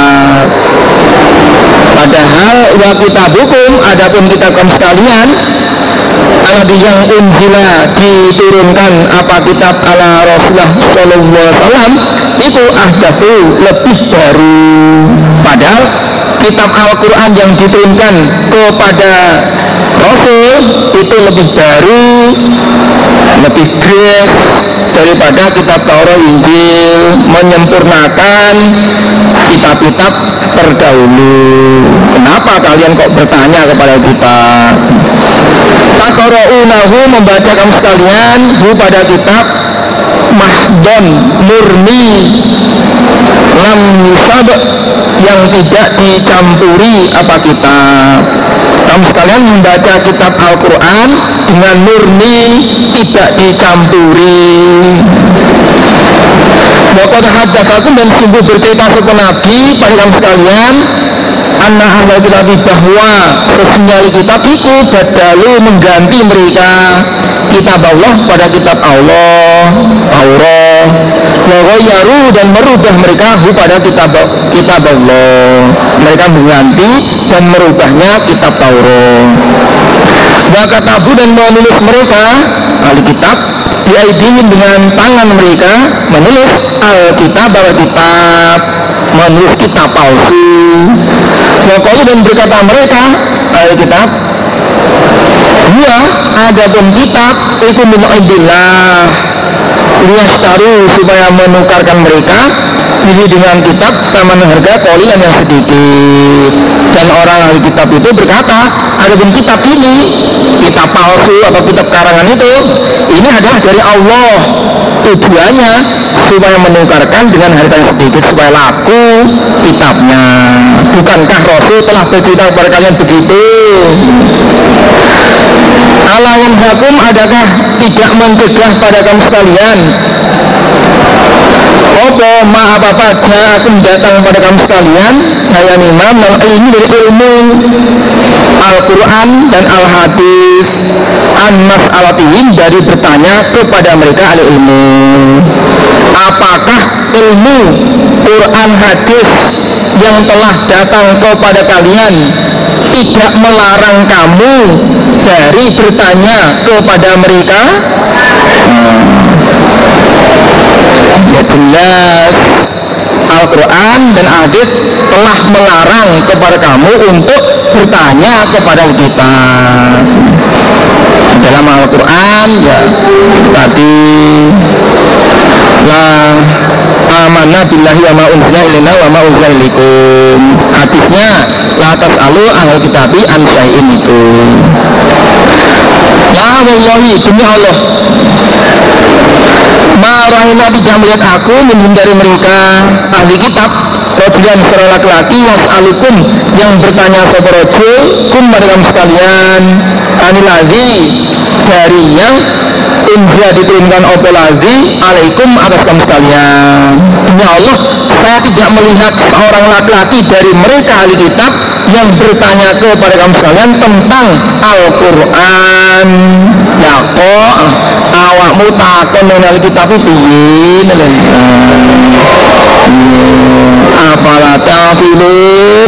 Padahal wa kitabukum, adapun kitab kamu sekalian alladzi yang unzila, diturunkan apa kitab ala Rasulullah sallallahu alaihi wasallam, itu ahdatsu, lebih baru. Padahal kitab Al-Quran yang diturunkan kepada Rasul itu lebih baru, lebih fresh daripada kitab Taurat, Injil, menyempurnakan kitab-kitab terdahulu. Kenapa kalian kok bertanya kepada kita? Taqra'unahu, membaca kamu sekalian hu pada kitab mahdon, murni, lam yusab, yang tidak dicampuri apa kitab. Kamu sekalian membaca kitab Al-Quran dengan murni, tidak dicampuri. Waqad haddatsakum, dan sungguh bercerita sepenuh Nabi pada kamu sekalian, anna ahlul kitab, bahwa sesungguhnya kitab itu badalu, mengganti mereka kitab Allah pada kitab Allah Taurat, wa ghayyaru dan merubah mereka hu pada kitab kitab Allah. Mereka mengganti dan merubahnya kitab Taurat. Wa katabu dan menulis mereka ahli kitab biaidihim dengan tangan mereka menulis Alkitab bahwa kitab, menulis kitab palsu. Wa qalu dan berkata mereka ahli kitab, huwa adapun kitab iku min indillah, liyastaru supaya menukarkan mereka ini dengan kitab sama harga qalilan yang sedikit. Dan orang ahli kitab itu berkata, adapun kitab ini, kitab palsu atau kitab karangan itu, ini adalah dari Allah, tujuannya supaya menukarkan dengan harga yang sedikit supaya laku kitabnya. Bukankah Rasul telah bercerita kepada kalian begitu? Allah yang hakum, adakah tidak mencegah pada kamu sekalian opo ma apa-apa akan datang pada kamu sekalian kalian imam dan ilmu dari ilmu Al-Quran dan Al-Hadis an mas'alatihim dari bertanya kepada mereka ahli ilmu. Apakah ilmu Quran hadis yang telah datang kepada kalian tidak melarang kamu dari bertanya kepada mereka? Ya jelas Al-Quran dan Hadis telah melarang kepada kamu untuk bertanya kepada kita. Dalam Al-Quran ya tadi la amanna billahi wa ma unzila ilaina wa ma unzila ilaikum. Hadisnya la tas'alu ahlal kitabi an syai'in itu. La wallahi demi Allah, Marahina tidak melihat aku menghindari mereka ahli kitab rojulan seorang laki-laki yang alukum yang bertanya sopa rojul kum pada kamu sekalian anilazi dari yang unjia diturunkan opo lazi alaikum atas kamu sekalian. Demi Allah, saya tidak melihat seorang laki-laki dari mereka ahli kitab yang bertanya kepada kamu sekalian tentang Al-Quran. Ya kok awakmu takon mengenai kitab piye lho. Apalah tafilun.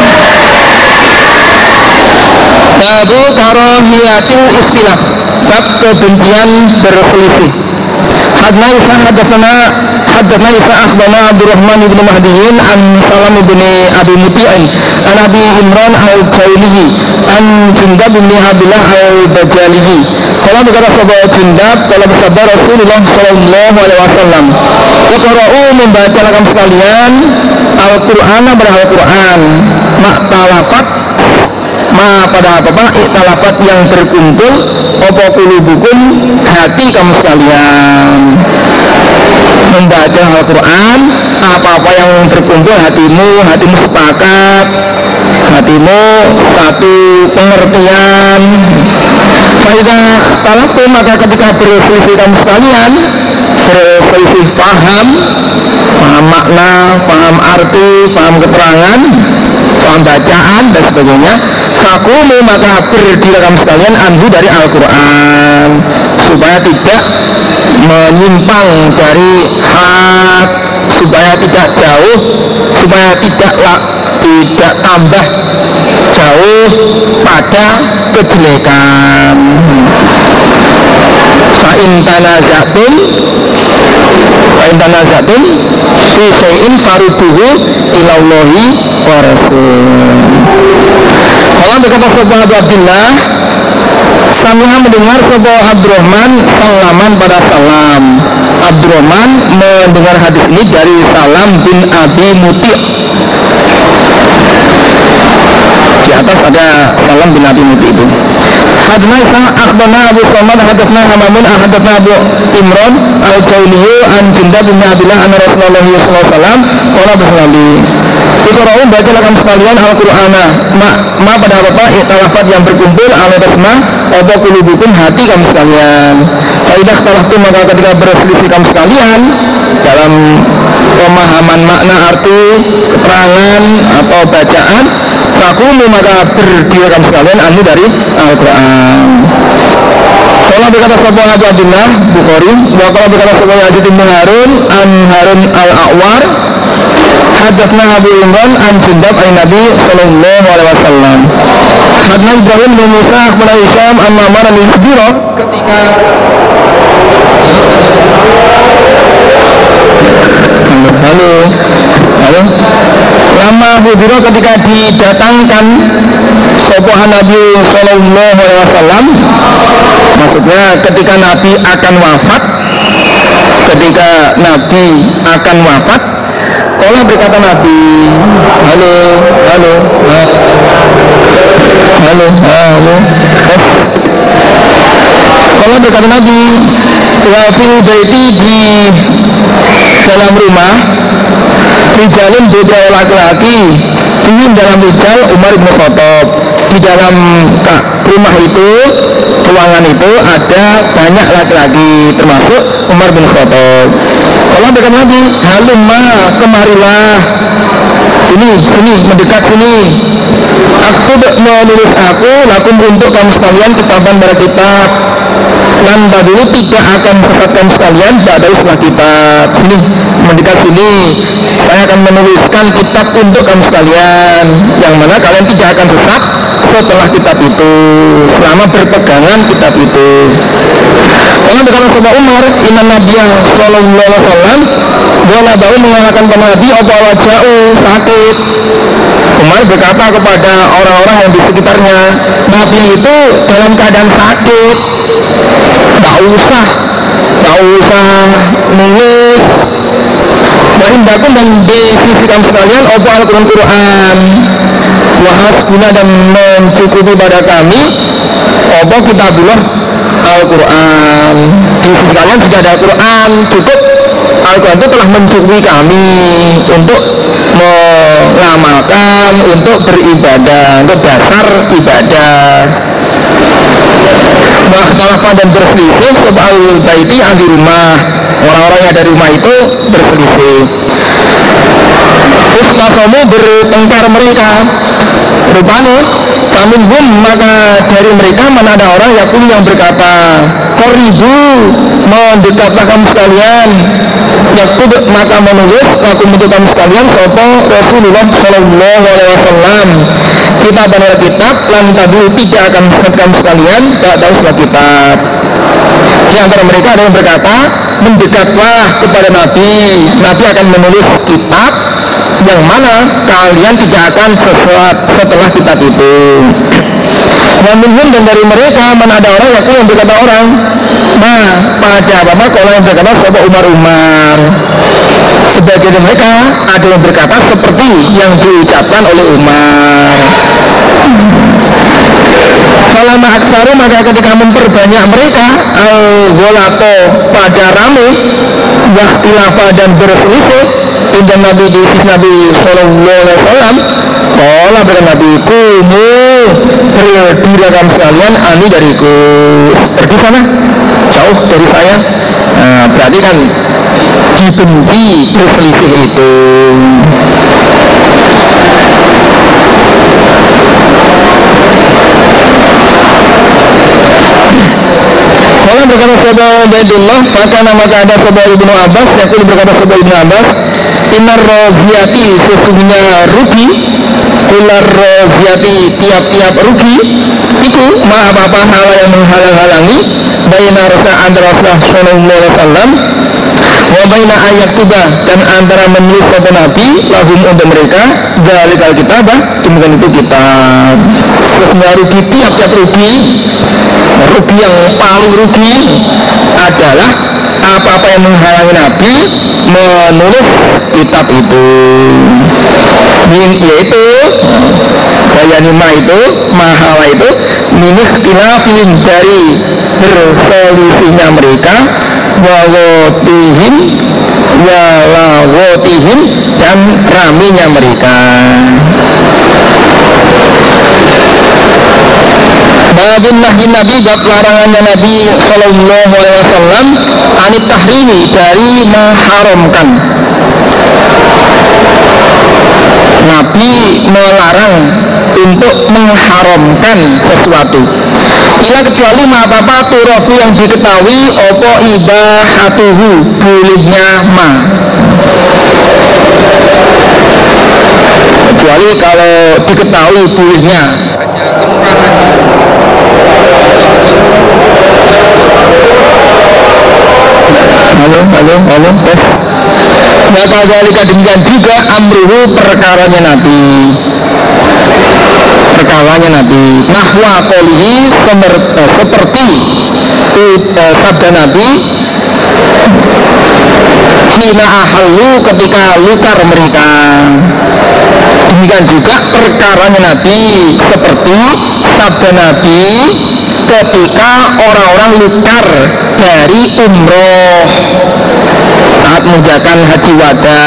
Babu karahiyatil istilah, bab kebencian berselisih. Hadna Isa hadatsana hadatsana Isa akhbarana Abdurrahman ibn Mahdiin an Salam ibn Abi Muti'in an Abi Imran al-Jaulihi an Jundab bin Abdullah al-Bajalihi. Kalau berkata sahabat Jundab, kalau bersabda Rasulullah sallallahu alaihi wasallam, iqra'u membaca kamu sekalian Al-Qur'an pada Al-Qur'an, mak talafat ma pada apa pak iktalafat yang berkumpul opo kulubukum hati kamu sekalian. Membaca Al-Quran apa-apa yang berkumpul hatimu, hatimu sepakat, hatimu satu pengertian. Faidah talaftu maka ketika berselisih kamu sekalian, berselisih paham, paham makna, paham arti, paham keterangan, paham bacaan dan sebagainya, fakumu maka berdiri kamu sekalian anhu dari Al-Quran supaya tidak menyimpang dari hak, supaya tidak jauh, supaya tidaklah tidak tambah jauh pada kejelekan. Fa'in tanazatum Fa'in tanazatum fi syai'in faruduhu ilallahi wa rasul. Kalau berkata sahabat Abu Abdullah, Samiha mendengar sahabat Abdurrahman salaman pada Salam. Abdurrahman mendengar hadis ini dari Salam bin Abi Muti'. Di atas ada Salam bin Abi Muti' itu. Hadna Isa akhbarana Abu Samad hadatsna Hamamun hadatsna Abu Imran al-Jaulihi an Jundab bin Abdullah an Rasulullah sallallahu alaihi wasallam qala bersabda, iqra'u bacalah kamu sekalian Al-Qur'ana ma, ma pada apa iktalafat yang berkumpul al-tasma apa kulubukum hati kamu sekalian. Faidah talaftu maka ketika berselisih kamu sekalian dalam pemahaman makna arti keterangan atau bacaan, fakumu maka berdiri kamu sekalian anu dari Al-Quran. Qala berkata sapa Abu Abdullah Bukhari, wa qala berkata sapa Yazid bin Harun an Harun al-A'war, hadatsna Abu Imran an Jundab an Nabi sallallahu alaihi wasallam. Hadna Ibrahim bin Musa akhbarana Hisham an Ma'mar bin Hudira ketika Halo, halo. Lama Hudira ketika didatangkan sopohan Nabi sallallahu alaihi wasallam, maksudnya ketika Nabi akan wafat, ketika Nabi akan wafat, kalau berkata Nabi, halo, halo, halo, halo, kalau berkata Nabi, wa fil baiti di dalam rumah, rijalun beberapa laki-laki, ingin dalam rijal Umar bin Khattab. Di dalam rumah itu, ruangan itu ada banyak laki-laki, termasuk Umar bin Khattab. Kalau berkata Nabi, halumma, kemarilah, sini, sini, mendekat sini. Aku menulis aku, lakum untuk kamu sekalian kitaban pada kitab. Lan dulu tidak akan sesat kamu sekalian pada setelah kitab. Sini, mendekat sini. Saya akan menuliskan kitab untuk kamu sekalian, yang mana kalian tidak akan sesat setelah kitab itu, selama berpegangan kitab itu. Kalau berkata sahabat Umar, inna Nabiya sallallahu alaihi wasallam wala bau mengalahkan Nabi apa waja'u sakit. Umar berkata kepada orang-orang yang di sekitarnya, Nabi itu dalam keadaan sakit, tak usah tak usah nulis. Wahindakum, dan di sisi kamu sekalian apa Al-Quran Quran wahasbuna, dan mencukupi pada kami apa kitabullah Al-Quran. Di sisi kalian sudah ada Al-Quran, cukup. Al-Quran itu telah mencukupi kami untuk mengamalkan, untuk beribadah, untuk dasar ibadah. Waktalafah, dan berselisih soal baiti yang di rumah, orang-orang yang dari rumah itu berselisih. Ustasomu, bertengkar mereka. Rupanya kaminhum, maka dari mereka mana ada orang yakul yang berkata, Qoribu, mendekatlah kamu sekalian, yaktub, maka menulis lakum untuk kamu sekalian sopo Rasulullah sallallahu alaihi wasallam kitab dan kitab lan tabu, tidak akan sesat kamu sekalian tak tahu setelah kitab. Di antara mereka ada yang berkata, mendekatlah kepada Nabi, Nabi akan menulis kitab yang mana kalian tidak akan sesat setelah kitab itu. Namun, dan dari mereka mana ada orang yang berkata orang, nah pada apa kalau yang berkata sahabat Umar Umar, sebagian mereka ada yang berkata seperti yang diucapkan oleh Umar. Falama aksaru, maka ketika memperbanyak mereka al-gholato, pada rame, waktilafa, dan berselisih indah Nabi di sisi Nabi sallallahu alaihi wasallam, qala berkata Nabi, kumu, berdiri kamu sekalian, ani dariku, pergi sana, jauh dari saya. Nah, berarti kan dibenci berselisih itu. Kalau berkata sahabat Ubaidillah, maka nama ada sahabat Ibnu Abbas, yakul berkata sahabat Ibnu Abbas, inar roziyati, sesungguhnya rugi, ular roziyati, tiap-tiap rugi, itu ma apa-apa hal yang menghalang-halangi baina rasa antara Rasulullah sallallahu alaihi wasallam wa baina ayat tuba, dan antara menulis sahabat Nabi lahum untuk mereka dalikal kitabah, demikian itu kitab. Sesungguhnya rugi, tiap-tiap rugi, rugi yang paling rugi adalah apa-apa yang menghalangi Nabi menulis kitab itu. Yaitu bayanima itu, mahala itu, minis kilafin, dari berselisihnya mereka, wawotihim, walawotihim, dan raminya mereka. Babun nahi Nabi, bab larangannya Nabi sallallahu alaihi wasallam anit tahrimi, dari mengharamkan. Nabi melarang untuk mengharamkan sesuatu. Ila kecuali ma apa turofu yang diketahui opo ibahatuhu bolehnya ma, kecuali kalau diketahui bolehnya. Halo, halo, halo, tes. Ya kadzalika demikian juga amruhu perkaranya Nabi. Perkaranya Nabi. Nahwa qolihi eh, seperti eh, sabda Nabi. Hina ahallu ketika lukar mereka. Demikian juga perkaranya Nabi seperti sabda Nabi ketika orang-orang lukar dari umroh saat mengerjakan haji wada.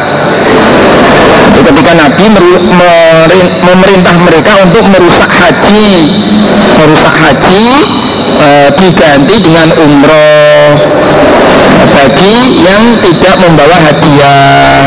Ketika Nabi memerintah mereka untuk merusak haji, merusak haji e, diganti dengan umroh bagi yang tidak membawa hadiah.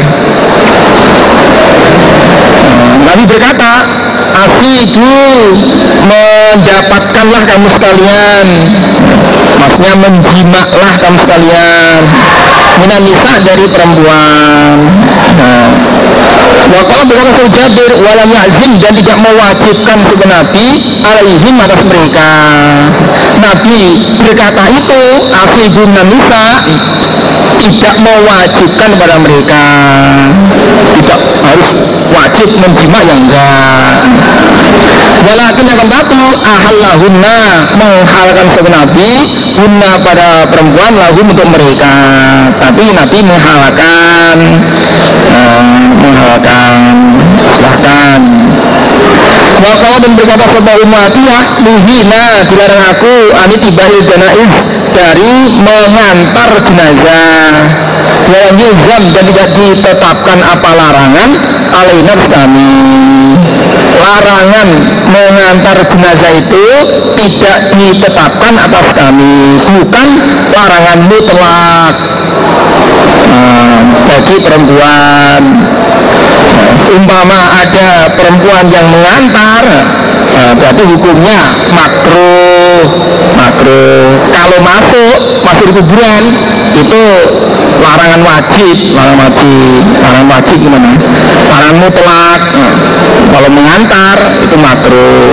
Nabi berkata, asidu mendapatkanlah kamu sekalian, maksudnya menjimaklah kamu sekalian, minan nisa dari perempuan. Nah, wakala berkata Sayyid Jabir walam ya'zim dan tidak mewajibkan sebenarnya Nabi alaihim atas mereka. Nabi berkata itu asibun nisa tidak mewajibkan kepada mereka, tidak harus wajib menjima yang enggak. Walakin akan tapi ahallahunna menghalalkan sebenarnya Nabi hunna pada perempuan lahum untuk mereka. Tapi Nabi menghalalkan uh, menghalalkan silahkan. Wakala dan berkata sebuah umatiyah muhina dilarang aku anitibahil janaiz dari mengantar jenazah. Dalam yuzam dan tidak ditetapkan apa larangan alainas kami. Larangan mengantar jenazah itu tidak ditetapkan atas kami, bukan larangan mutlak nah, bagi perempuan. Umpama ada perempuan yang mengantar, nah, berarti hukumnya makruh, makruh. Kalau masuk masuk di kuburan itu larangan wajib, larangan wajib, larangan wajib gimana? Larangan mutlak. Nah, kalau mengantar itu makruh.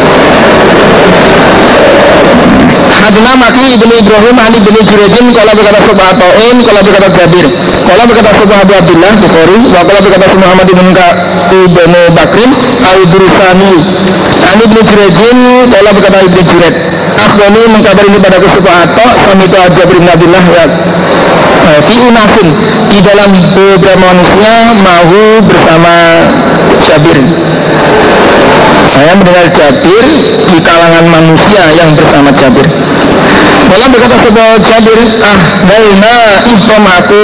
Hadina maki ibnu Ibrahim ani ibnu Jurejin kalau berkata Subah Ta'in kalau berkata Jabir kalau berkata Subah Abu Abdullah Bukhari kalau berkata Muhammad ibnu ibnu Bakrin al-Durusani ani ibnu Jurejin kalau berkata ibnu Jurej akhbani mengkabari ini padaku Subah Ta' samitu Jabir bin Abdullah ya fi unasin di dalam beberapa manusia mahu bersama Jabir. Saya mendengar Jabir di kalangan manusia yang bersama Jabir. Malah berkata sebuah Jabir, ah dalna ihram aku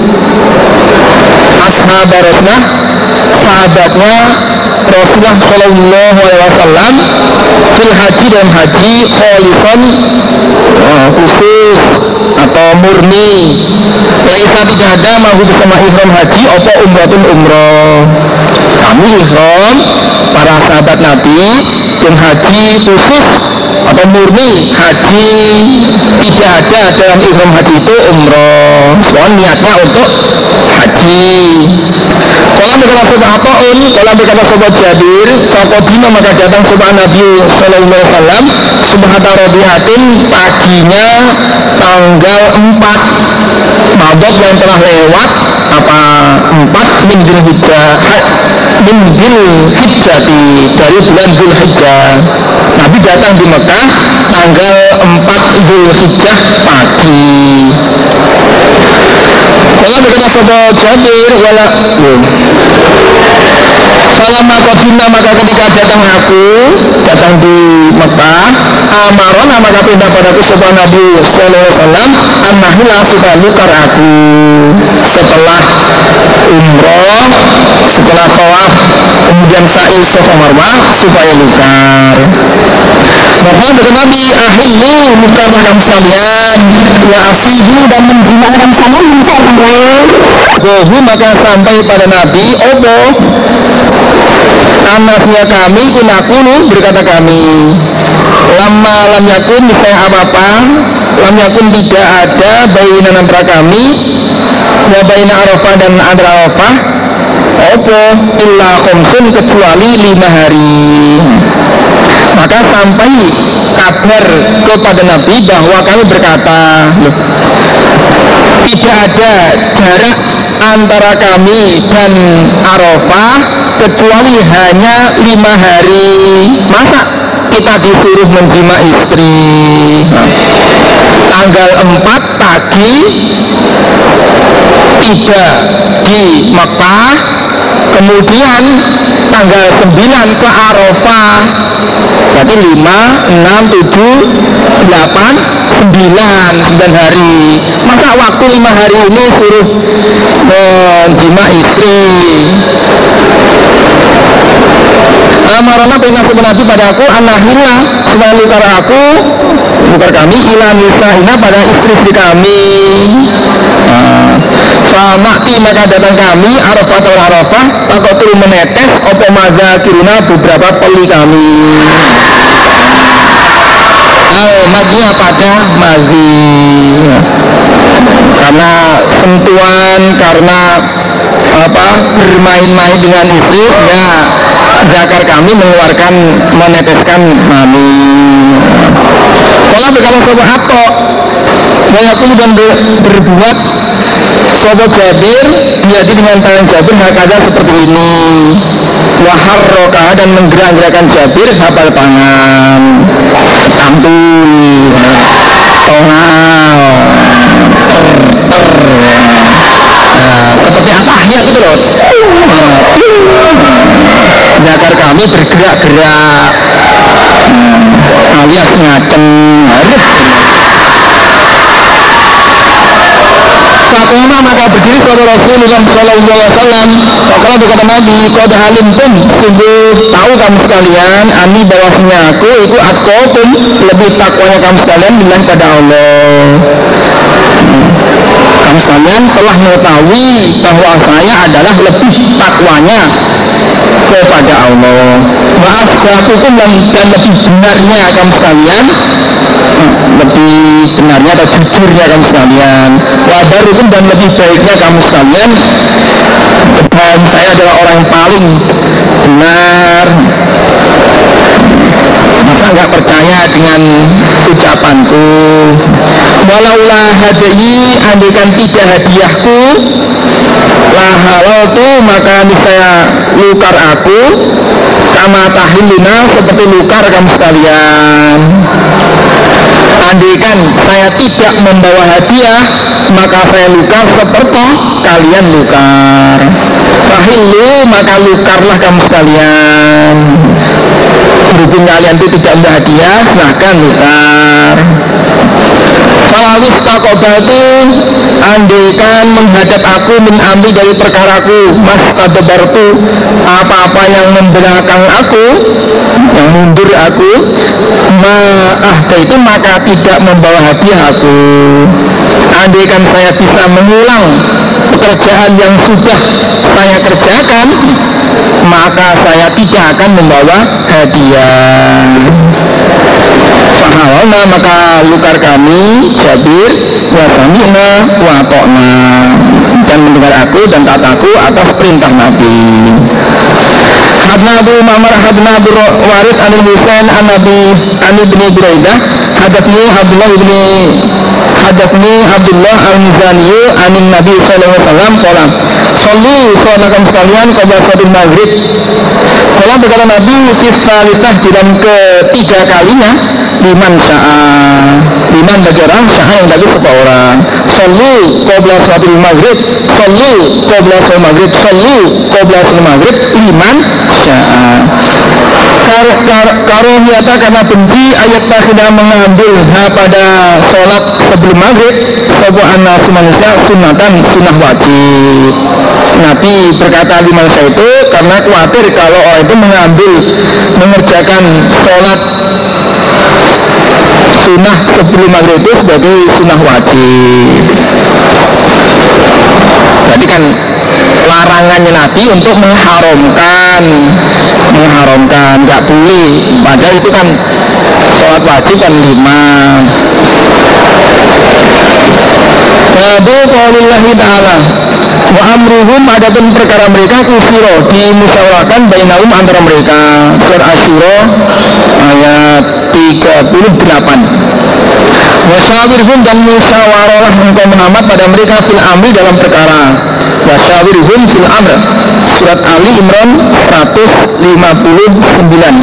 ashab Rasulullah, sahabatnya Rasulullah Shallallahu Alaihi Wasallam fil haji dan haji kholisan oh, khusus atau murni. Laisa tidak ada mahu bersama ihram haji apa umratun umroh. Kami ihram para sahabat Nabi dan haji khusus atau murni haji, tidak ada dalam ihram haji itu umroh. Soal niatnya untuk haji. Kalau berkata sebuah Ta'un, kalau berkata sebuah Jabir, Fakodina maka datang sebuah Nabi Sallallahu Alaihi Wasallam Subhata Robihatin paginya tanggal empat Mabot yang telah lewat apa empat min Dzul Hijjah min Dzul Hijjati dari bulan Dzul Hijjah. Nabi datang di Mekah tanggal empat Dzul Hijjah pagi. Kalau berkata sebuah Jabir wala Falamma qadimna maka ketika datang aku datang di Mekah amarona maka perintah padaku sebuah Nabi Sallallahu Alaihi Wasallam annahila supaya lukar aku setelah umroh setelah tawaf kemudian sa'i Safa Marwah supaya lukar. Maka berkata Nabi ahillu lukarlah kamu sekalian wa asidu dan menjimak kamu sekalian minta Gohu maka sampai pada Nabi opo anasnya kami kunakulu berkata kami lama lam yakun misalnya apa-apa, lam yakun tidak ada baina antara kami wa baina Arafah dan antara Arafah opo illa khomsun kecuali lima hari. Maka sampai kabar kepada Nabi bahwa kami berkata, loh, tidak ada jarak antara kami dan Arafah kecuali hanya lima hari. Masa kita disuruh menjima istri? Nah, tanggal empat pagi tiba di Mekah, kemudian tanggal sembilan ke Arafah, berarti lima, enam, tujuh, delapan, sembilan, sembilan hari. Masa waktu lima hari ini suruh menjima istri? Amarana perintah Nabi pada aku, anahillah supaya lukar aku, lukar kami ila nisa'ina pada istri-istri kami. Famakti maka datang kami Arafah atau Arafah takut turun menetes opo maza kiruna beberapa peli kami al-madiyah pada mazi, karena sentuhan, karena apa bermain-main dengan istri, ya zakar kami mengeluarkan meneteskan mani. Kalau berkata sobat atau aku dan berbuat sobat Jabir jadi dengan tangan Jabir hakada seperti ini, wahar roka dan menggerak-gerakkan Jabir hafal tangan ketantuli tongal ter ter nah, seperti atahiyat itu loh. Zakar kami bergerak-gerak alias ngaceng harus. Fakulma maka berdiri sahabat Rasulullah Sallallahu Alaihi Wasallam. Kalau berkata Nabi, qad halim pun sungguh tahu kamu sekalian, ani bahwasanya aku itu atqakum lebih takwanya kamu sekalian bilang pada Allah. Kamu sekalian telah mengetahui bahwa saya adalah lebih takwanya kepada Allah. Wa asdaqukum dan lebih benarnya kamu sekalian, lebih benarnya atau jujurnya kamu sekalian. Wa barukum dan lebih baiknya kamu sekalian, dan saya adalah orang yang paling benar. Masa nggak percaya dengan ucapanku? Walaulah hadiyi, andaikan tidak hadiahku, lah halal tu maka niscaya lukar aku, kama tahilluna seperti lukar kamu sekalian. Andaikan saya tidak membawa hadiah, maka saya lukar seperti kalian lukar. Tahillu maka lukarlah kamu sekalian. Berhubung kalian itu tidak membawa hadiah, silahkan lukar. Falawis takobatu, andaikan menghadap aku min amri dari perkaraku, mas tadabartu apa-apa yang membelakang aku, yang mundur aku, ma'ahda itu maka tidak membawa hadiah aku. Andaikan saya bisa mengulang pekerjaan yang sudah saya kerjakan, maka saya tidak akan membawa hadiah. Fahalna maka lukar kami Jabir wa sami'na wa ata'na, dan mendengar aku dan taat aku atas perintah Nabi. Hadna Abu Ma'mar hadna Abu Waris anil Husain an Nabi an ibni Buraidah hadatsni Abdullah ibni hadatsni Abdullah al-Mizani anin Nabi sallallahu alaihi wasallam qala sallu salatkan sekalian qabla salatul maghrib. Qala berkata Nabi fisalisah dalam ketiga kalinya, liman sya'a, liman bagi orang, sya'a yang bagi seseorang. Sallu qabla salatul maghrib, sallu qabla salatul maghrib, sallu qabla salatul maghrib, liman sya'a. Karohiyata karena benci ayat takhida mengambil ha pada sholat sebelum maghrib sebuah anas manusia sunatan sunnah wajib. Nabi berkata di manusia itu karena khawatir kalau orang itu mengambil mengerjakan sholat sunnah sebelum maghrib itu sebagai sunnah wajib. Jadi kan larangannya Nabi untuk mengharamkan mengharamkan nggak boleh, padahal itu kan sholat wajib kan lima. Babu qaulillahi ta'ala wa amruhum, adapun perkara mereka kusiro dimusyawarahkan bainahum antara mereka. Surat Asyura ayat tiga puluh delapan. Wasyawirhum, dan musyawarahlah engkau Muhammad pada mereka fil amri dalam perkara. Wasyawirhum fil amr, surat Ali Imran seratus lima puluh sembilan.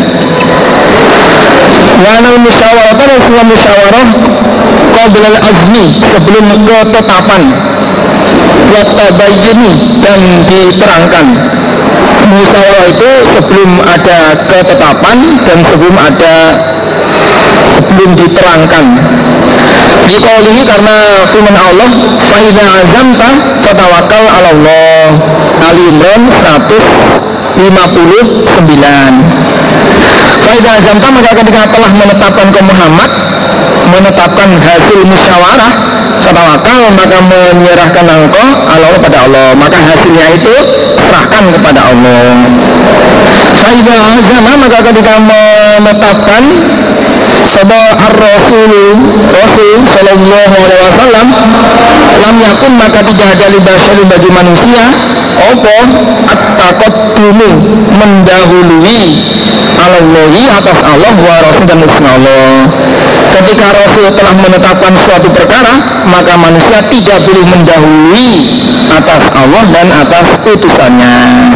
Wanal musyawarah, dan semua musyawarah qablal azmi, sebelum ketetapan, watabayyuni, dan diterangkan. Musyawarah itu sebelum ada ketetapan dan sebelum ada sebelum diterangkan. Diqaulihi, karena firman Allah, fa idza azamta fatawakkal 'ala Allah, Ali Imran seratus lima puluh sembilan. Fa idza azamta, maka ketika telah menetapkan ke Muhammad, menetapkan hasil musyawarah, fatawakal, maka menyerahkan engkau Allah pada Allah, maka hasilnya itu serahkan kepada Allah. Fa idza azama, maka ketika menetapkan sabah ar-rasul Rasul sallallahu alaihi wasallam, lam yakun, maka tidak ada libasyari bagi manusia apa at-taqaddumu, mendahului Allahi atas Allah wa Rasul dan Allah. Ketika Rasul telah menetapkan suatu perkara, maka manusia tidak boleh mendahului atas Allah dan atas utusannya.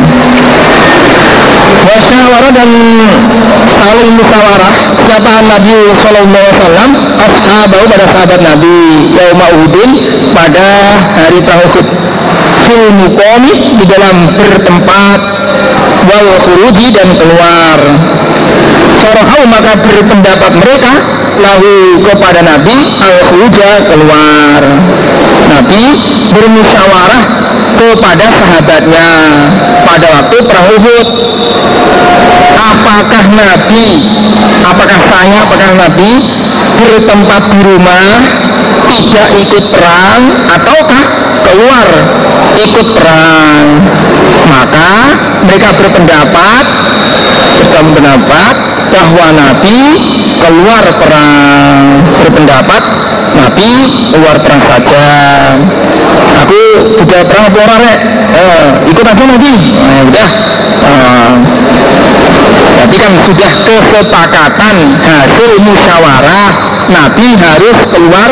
Wasyawarah, dan saling musyawarah siapa Nabi sallallahu alaihi wasallam ashabahu, pada sahabat Nabi yauma Uhudin, pada hari perang Uhud, fil muqami, di dalam bertempat, wal khuruji, dan keluar. Farahau, maka berpendapat mereka lahu, kepada Nabi, al khuruja, keluar. Nabi bermusyawarah kepada sahabatnya pada waktu perang Uhud. Apakah Nabi, apakah saya, apakah Nabi bertempat di rumah, tidak ikut perang, ataukah keluar ikut perang? Maka mereka berpendapat berpendapat bahwa Nabi keluar perang, berpendapat Nabi keluar perang saja. Aku udah perang apa orang rek? Eh, ikut aja Nabi. Nah, udah. Eh, Berarti kan sudah kesepakatan hasil musyawarah, Nabi harus keluar.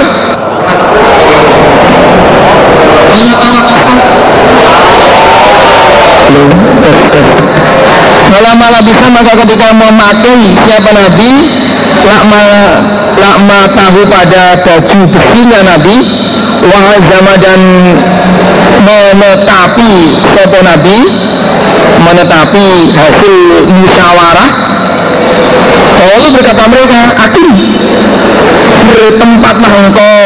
Malah-malah bisa, maka ketika memakai siapa Nabi lakma, lakma tahu pada baju besinya Nabi, wahazama, dan menetapi siapa Nabi, menetapi hasil musyawarah. Lalu berkata mereka, akim, bertempatlah engkau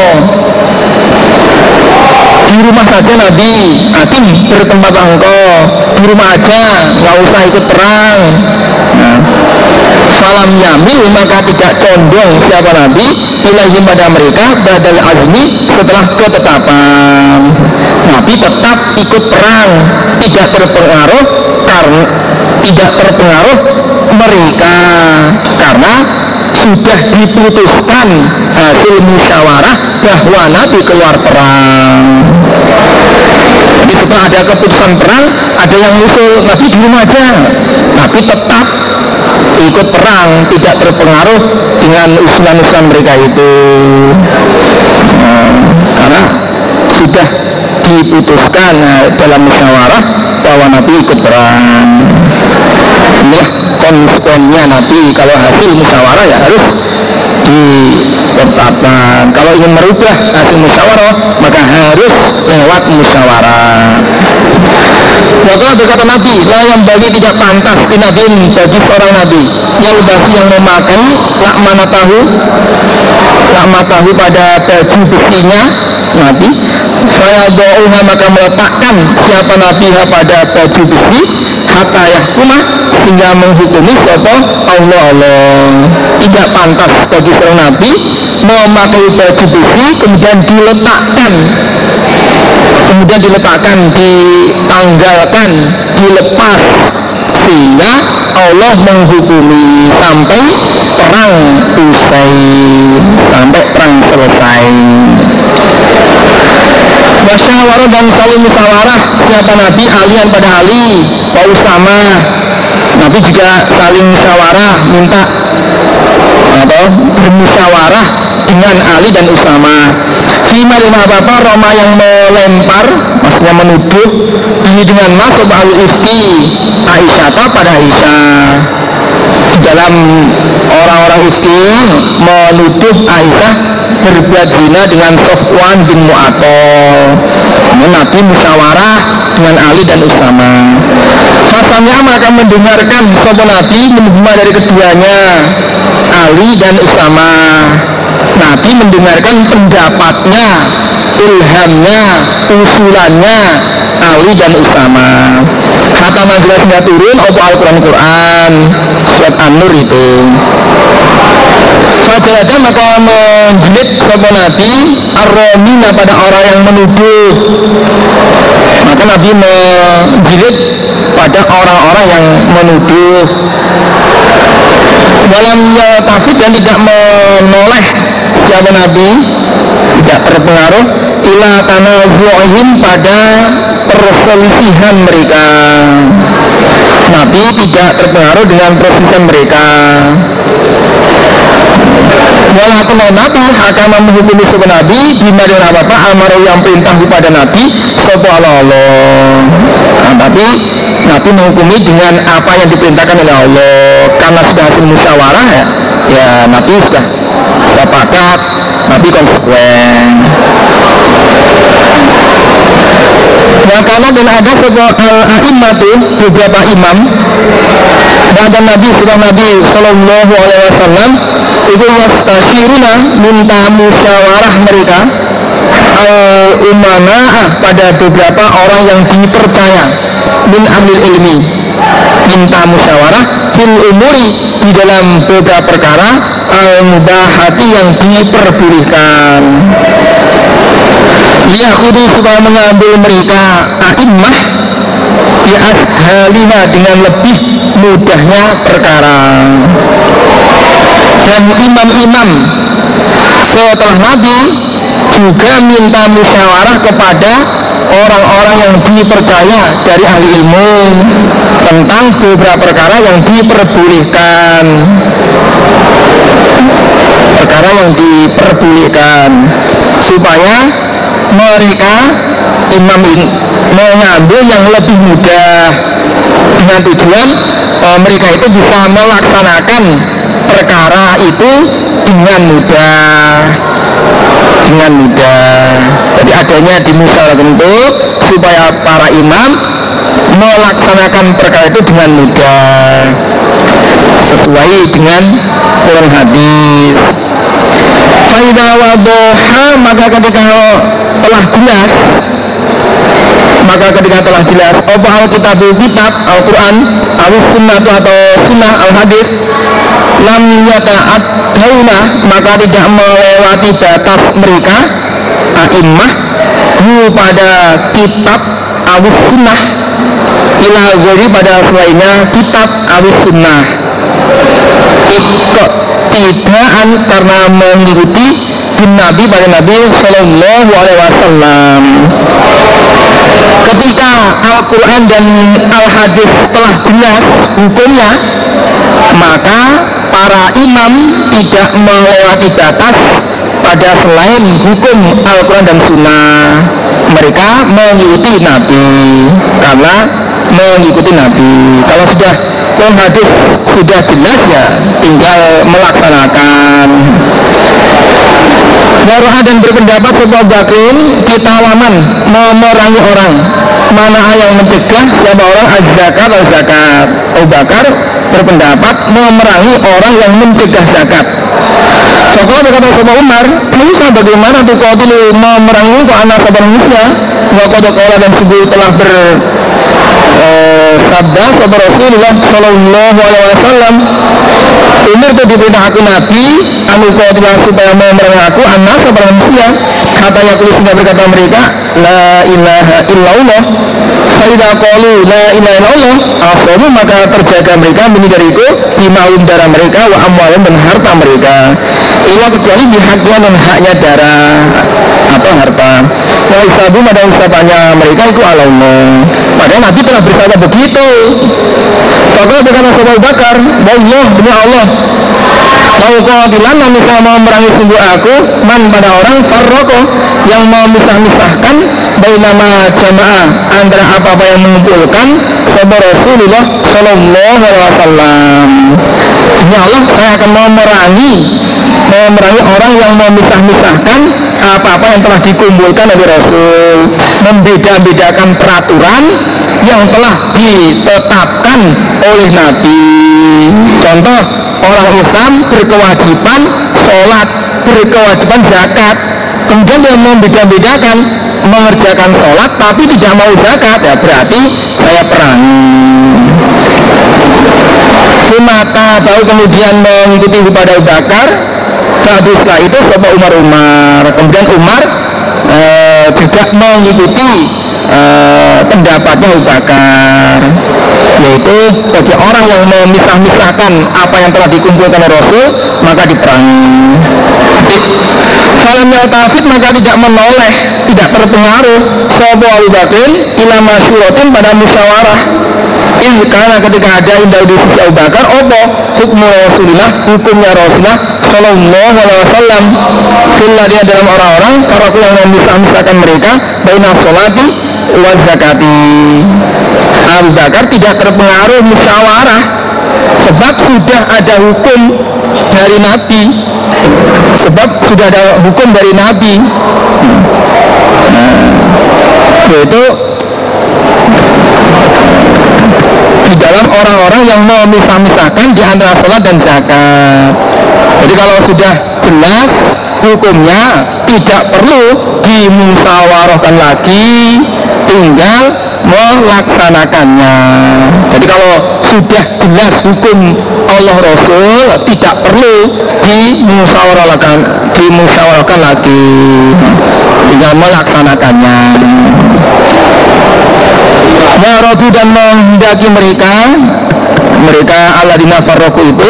di rumah saja Nabi, akim, bertempatlah engkau di rumah aja, nggak usah ikut perang. Nah, falam yamil, maka tidak condong siapa Nabi ilahi pada mereka badal azmi, setelah ketetapan. Nabi tetap ikut perang, tidak terpengaruh karena tidak terpengaruh mereka, karena sudah diputuskan hasil musyawarah bahwa Nabi keluar perang. Jadi setelah ada keputusan perang, ada yang usul Nabi di rumah aja, Nabi tetap ikut perang, tidak terpengaruh dengan usulan-usulan mereka itu. Nah, karena sudah diputuskan dalam musyawarah bahwa Nabi ikut perang. Inilah konsekuensinya Nabi, kalau hasil musyawarah ya harus ditetapkan. Kalau ingin merubah hasil musyawarah, maka harus lewat musyawarah. Maka berkata Nabi, lah yang bagi tidak pantas di Nabi, bagi seorang Nabi yang basi, yang memakai lakmana tahu, lakmana tahu pada baju besinya Nabi, saya doa, maka meletakkan siapa Nabi pada baju besi, hatta yahkumah, sehingga menghukumi siapa Allah Allah. tidak pantas bagi seorang Nabi memakai baju besi kemudian diletakkan kemudian diletakkan ditanggalkan, dilepas, sehingga Allah menghukumi sampai perang usai, sampai perang selesai. Wasyawarah dan saling musyawarah, siapa Nabi alian pada Ali, wa Usama. Nabi juga saling musyawarah, minta atau bermusyawarah dengan Ali dan Usama. Fima lima apa Roma yang melempar, maksudnya menuduh ini dengan masuk al-ifki Aisyah pada Aisyah. Di dalam orang-orang ifki menuduh Aisyah berbuat zina dengan Sofwan bin Mu'attal. Nabi musyawarah dengan Ali dan Usama. Fasamnya maka mendengarkan sahabat Nabi menghuma dari keduanya, Ali dan Usama. Nabi mendengarkan pendapatnya, ilhamnya, usulannya Ali dan Usama. Kata manjilah sudah turun apa Al-Quran Quran surat An-Nur itu. Fajadah maka menjilid sahabat Nabi ar-romina pada orang yang menuduh. Maka Nabi menjilid pada orang-orang yang menuduh. Dalam tafsir dan tidak menoleh siapa Nabi, tidak terpengaruh ila tanazu'ihim pada perselisihan mereka. Nabi tidak terpengaruh dengan perselisihan mereka. Walaupun Nabi akan menghukumi sebuah Nabi bima dengan apa amaru yang perintah kepada Nabi sapa Allah. Nah, tapi Nabi menghukumi dengan apa yang diperintahkan oleh Allah. Karena sudah hasil musyawarah ya, ya Nabi sudah sepakat, Nabi konsekuen. Ya karena dan ada sebuah al-a'imah itu beberapa imam dan Nabi setelah Nabi Sallallahu Alaihi Wasallam itu yastasyiruna minta musyawarah mereka al-umana'ah pada beberapa orang yang dipercaya min ahli ilmi, minta musyawarah fil umuri di dalam beberapa perkara al-mubahati yang diperbolehkan. Ya kudu supaya mengambil mereka a'immah ya ashalina dengan lebih mudahnya perkara. Dan imam-imam setelah Nabi juga minta musyawarah kepada orang-orang yang dipercaya dari ahli ilmu tentang beberapa perkara yang diperbolehkan, perkara yang diperbolehkan supaya mereka imam ini mengambil yang lebih mudah dengan tujuan e, mereka itu bisa melaksanakan perkara itu dengan mudah dengan mudah. Jadi adanya di musyawarah tentu supaya para imam melaksanakan perkara itu dengan mudah sesuai dengan Quran hadis. Faidah wadoha maka ketika telah jelas maka ketika telah jelas apa al-kitab kitab Al-Quran al-sunnah atau sunnah al-hadis lam yata'addauna maka tidak melewati batas mereka a'immah hu pada kitab al-sunnah ila ghairi pada selainnya kitab al-sunnah iktidaan karena mengikuti bin Nabi pada Nabi Sallallahu Alaihi Wasallam. Ketika Al-Quran dan Al-Hadis telah jelas hukumnya, maka para imam tidak melewati batas pada selain hukum Al-Quran dan Sunnah. Mereka mengikuti Nabi karena mengikuti Nabi. Kalau sudah Quran hadis sudah jelas ya tinggal melaksanakan. Waroha dan berpendapat sebuah bakrin kita halaman memerangi orang mana yang mencegah siapa orang az-zakat atau zakat. Abu Bakar berpendapat memerangi orang yang mencegah zakat. Sokolah berkata sebuah Umar, bisa bagaimana tuh kau dulu memerangi ke anak sahabat manusia wakodokola dan subuh telah ber eh, sabda sahabat Rasulullah Sallallahu Alaihi Wasallam Umar itu diperintah aku Nabi anu qatilah supaya memerangi aku anas para manusia kata yakulu sehingga berkata mereka la ilaha illallah faidah qalu la ilaha illallah asomu maka terjaga mereka mini dariku dimaum darah mereka wa amwalum dan harta mereka ila kecuali bihaknya dan haknya darah atau harta wa isabu pada usapannya mereka itu Allah. Padahal Nabi telah bersabda begitu. Maka berkata Abu Bakar, wallah demi Allah, lau qatilan nanti saya mau memerangi sungguh aku man pada orang farroko yang mau misah-misahkan bainama jamaah antara apa-apa yang mengumpulkan sahabat Rasulullah sallallahu alaihi wasallam. Demi Allah saya akan mau memerangi memerangi orang yang mau misah-misahkan apa-apa yang telah dikumpulkan oleh Rasul, membeda-bedakan peraturan yang telah ditetapkan oleh Nabi. Contoh, orang Islam berkewajiban sholat, berkewajiban zakat, kemudian dia membeda-bedakan mengerjakan sholat tapi tidak mau zakat, ya berarti saya perangi. Semata tahu kemudian mengikuti kepada Abu Bakar. Lalu setelah itu sahabat Umar Umar kemudian Umar e, juga mengikuti e, pendapatnya Abu Bakar, yaitu bagi orang yang memisah-misahkan apa yang telah dikumpulkan oleh Rasul maka diperangi. Falam yaltafit maka tidak menoleh, tidak terpengaruh sahabat Abu Bakar ila masyuratin pada musyawarah. In karena ketika ada indah di sisi Abu Bakar opo hukum Rasulullah hukumnya Rasulullah sallallahu alaihi wasallam filladina dalam orang-orang faraku yang memisah-misahkan mereka baina sholati wa zakati. Abu Bakar tidak terpengaruh musyawarah sebab sudah ada hukum dari Nabi, sebab sudah ada hukum dari Nabi, nah, yaitu di dalam orang-orang yang memisah-misahkan di antara sholat dan zakat. Jadi kalau sudah jelas hukumnya tidak perlu dimusyawarahkan lagi, tinggal melaksanakannya. Jadi kalau sudah jelas hukum Allah Rasul tidak perlu dimusyawarahkan, dimusyawarahkan lagi, tinggal melaksanakannya. Warodu dan menghendaki mereka mereka alladzina farraqu itu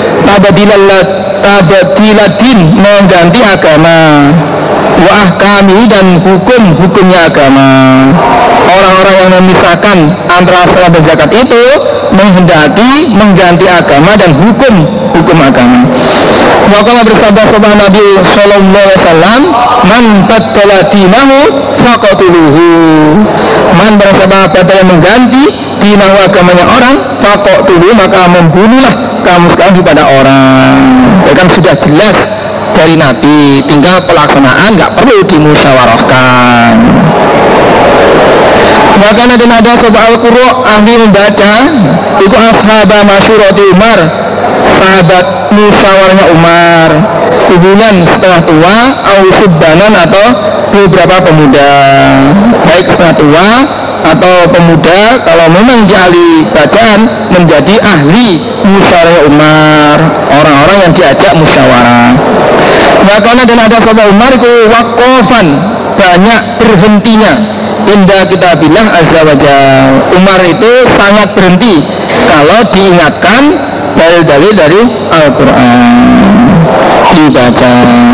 tabadiladin mengganti agama wa ahkami dan hukum-hukumnya agama. Orang-orang yang memisahkan antara salat dan zakat itu menghendaki mengganti agama dan hukum-hukum agama. Maka bersabda sahabat Nabi sallallahu alaihi wasallam, man baddala dinahu faqatuluhu. Man bersabda pada yang mengganti dinahu agamanya orang, faqatuluhu maka membunuhlah kamu sekalian kepada orang. Ya kan sudah jelas dari Nabi, tinggal pelaksanaan nggak perlu dimusyawarahkan. Bahkan ada nada sahabat Al-Qur'an ahli membaca itu ashabah masyurati Umar, sahabat musyawarahnya Umar, hubungan setengah tua au subbanan atau beberapa pemuda, baik setengah tua atau pemuda kalau memang di ahli bacaan menjadi ahli musyawarah Umar, orang-orang yang diajak musyawarah. Bahkan dan ada sahabat Umar itu waqafan, banyak berhentinya indah kitabillah azza wa jalla. Umar itu sangat berhenti kalau diingatkan dalil-dalil dari Al-Quran dibaca.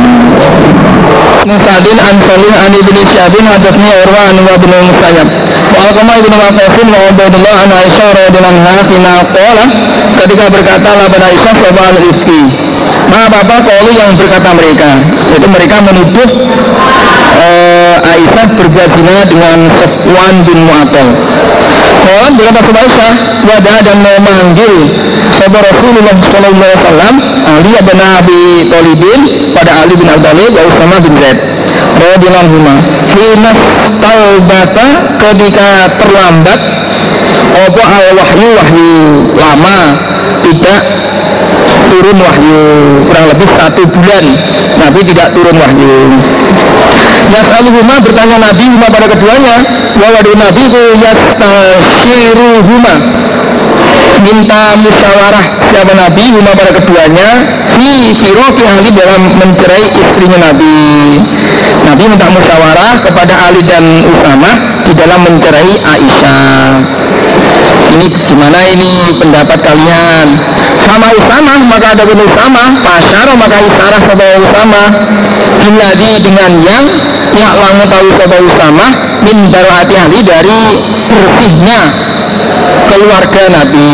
Musadin an Salih an ibni Syabin hadatsni Urwa an Ibn Musayyab wa al-Qama ibn Waqqasin wa Ubaidullah an Aisyah radhiyallahu anha fina qala ketika berkata la pada Aisyah soal ifki ma apa qaulu yang berkata mereka, yaitu mereka menuduh uh, Aisyah berbuat zina dengan Safwan bin Mu'attal. Qaul berkata Aisyah wada dan memanggil sahabat Rasulullah sallallahu alaihi wasallam Ali bin Abi Thalibin pada Ali bin Abi Thalib wa Usama bin Zaid radhiyallahu anhuma hina taubata ketika terlambat apa al wahyu wahyu lama tidak turun wahyu, kurang lebih satu bulan Nabi tidak turun wahyu. Yas'aluhuma bertanya Nabi huma pada keduanya wa wadu Nabi ku yastashiruhuma minta musyawarah siapa Nabi huma pada keduanya fi firaqi ahli dalam mencerai istrinya Nabi. Nabi minta musyawarah kepada Ali dan Usamah di dalam mencerai Aisyah. Ini gimana ini pendapat kalian? Sama Usamah, maka ada pun Usamah pasyara maka isyarat sama Usamah biladi dengan yang ya'lamu tahu sama Usamah min bara'ati ahli dari bersihnya keluarga Nabi.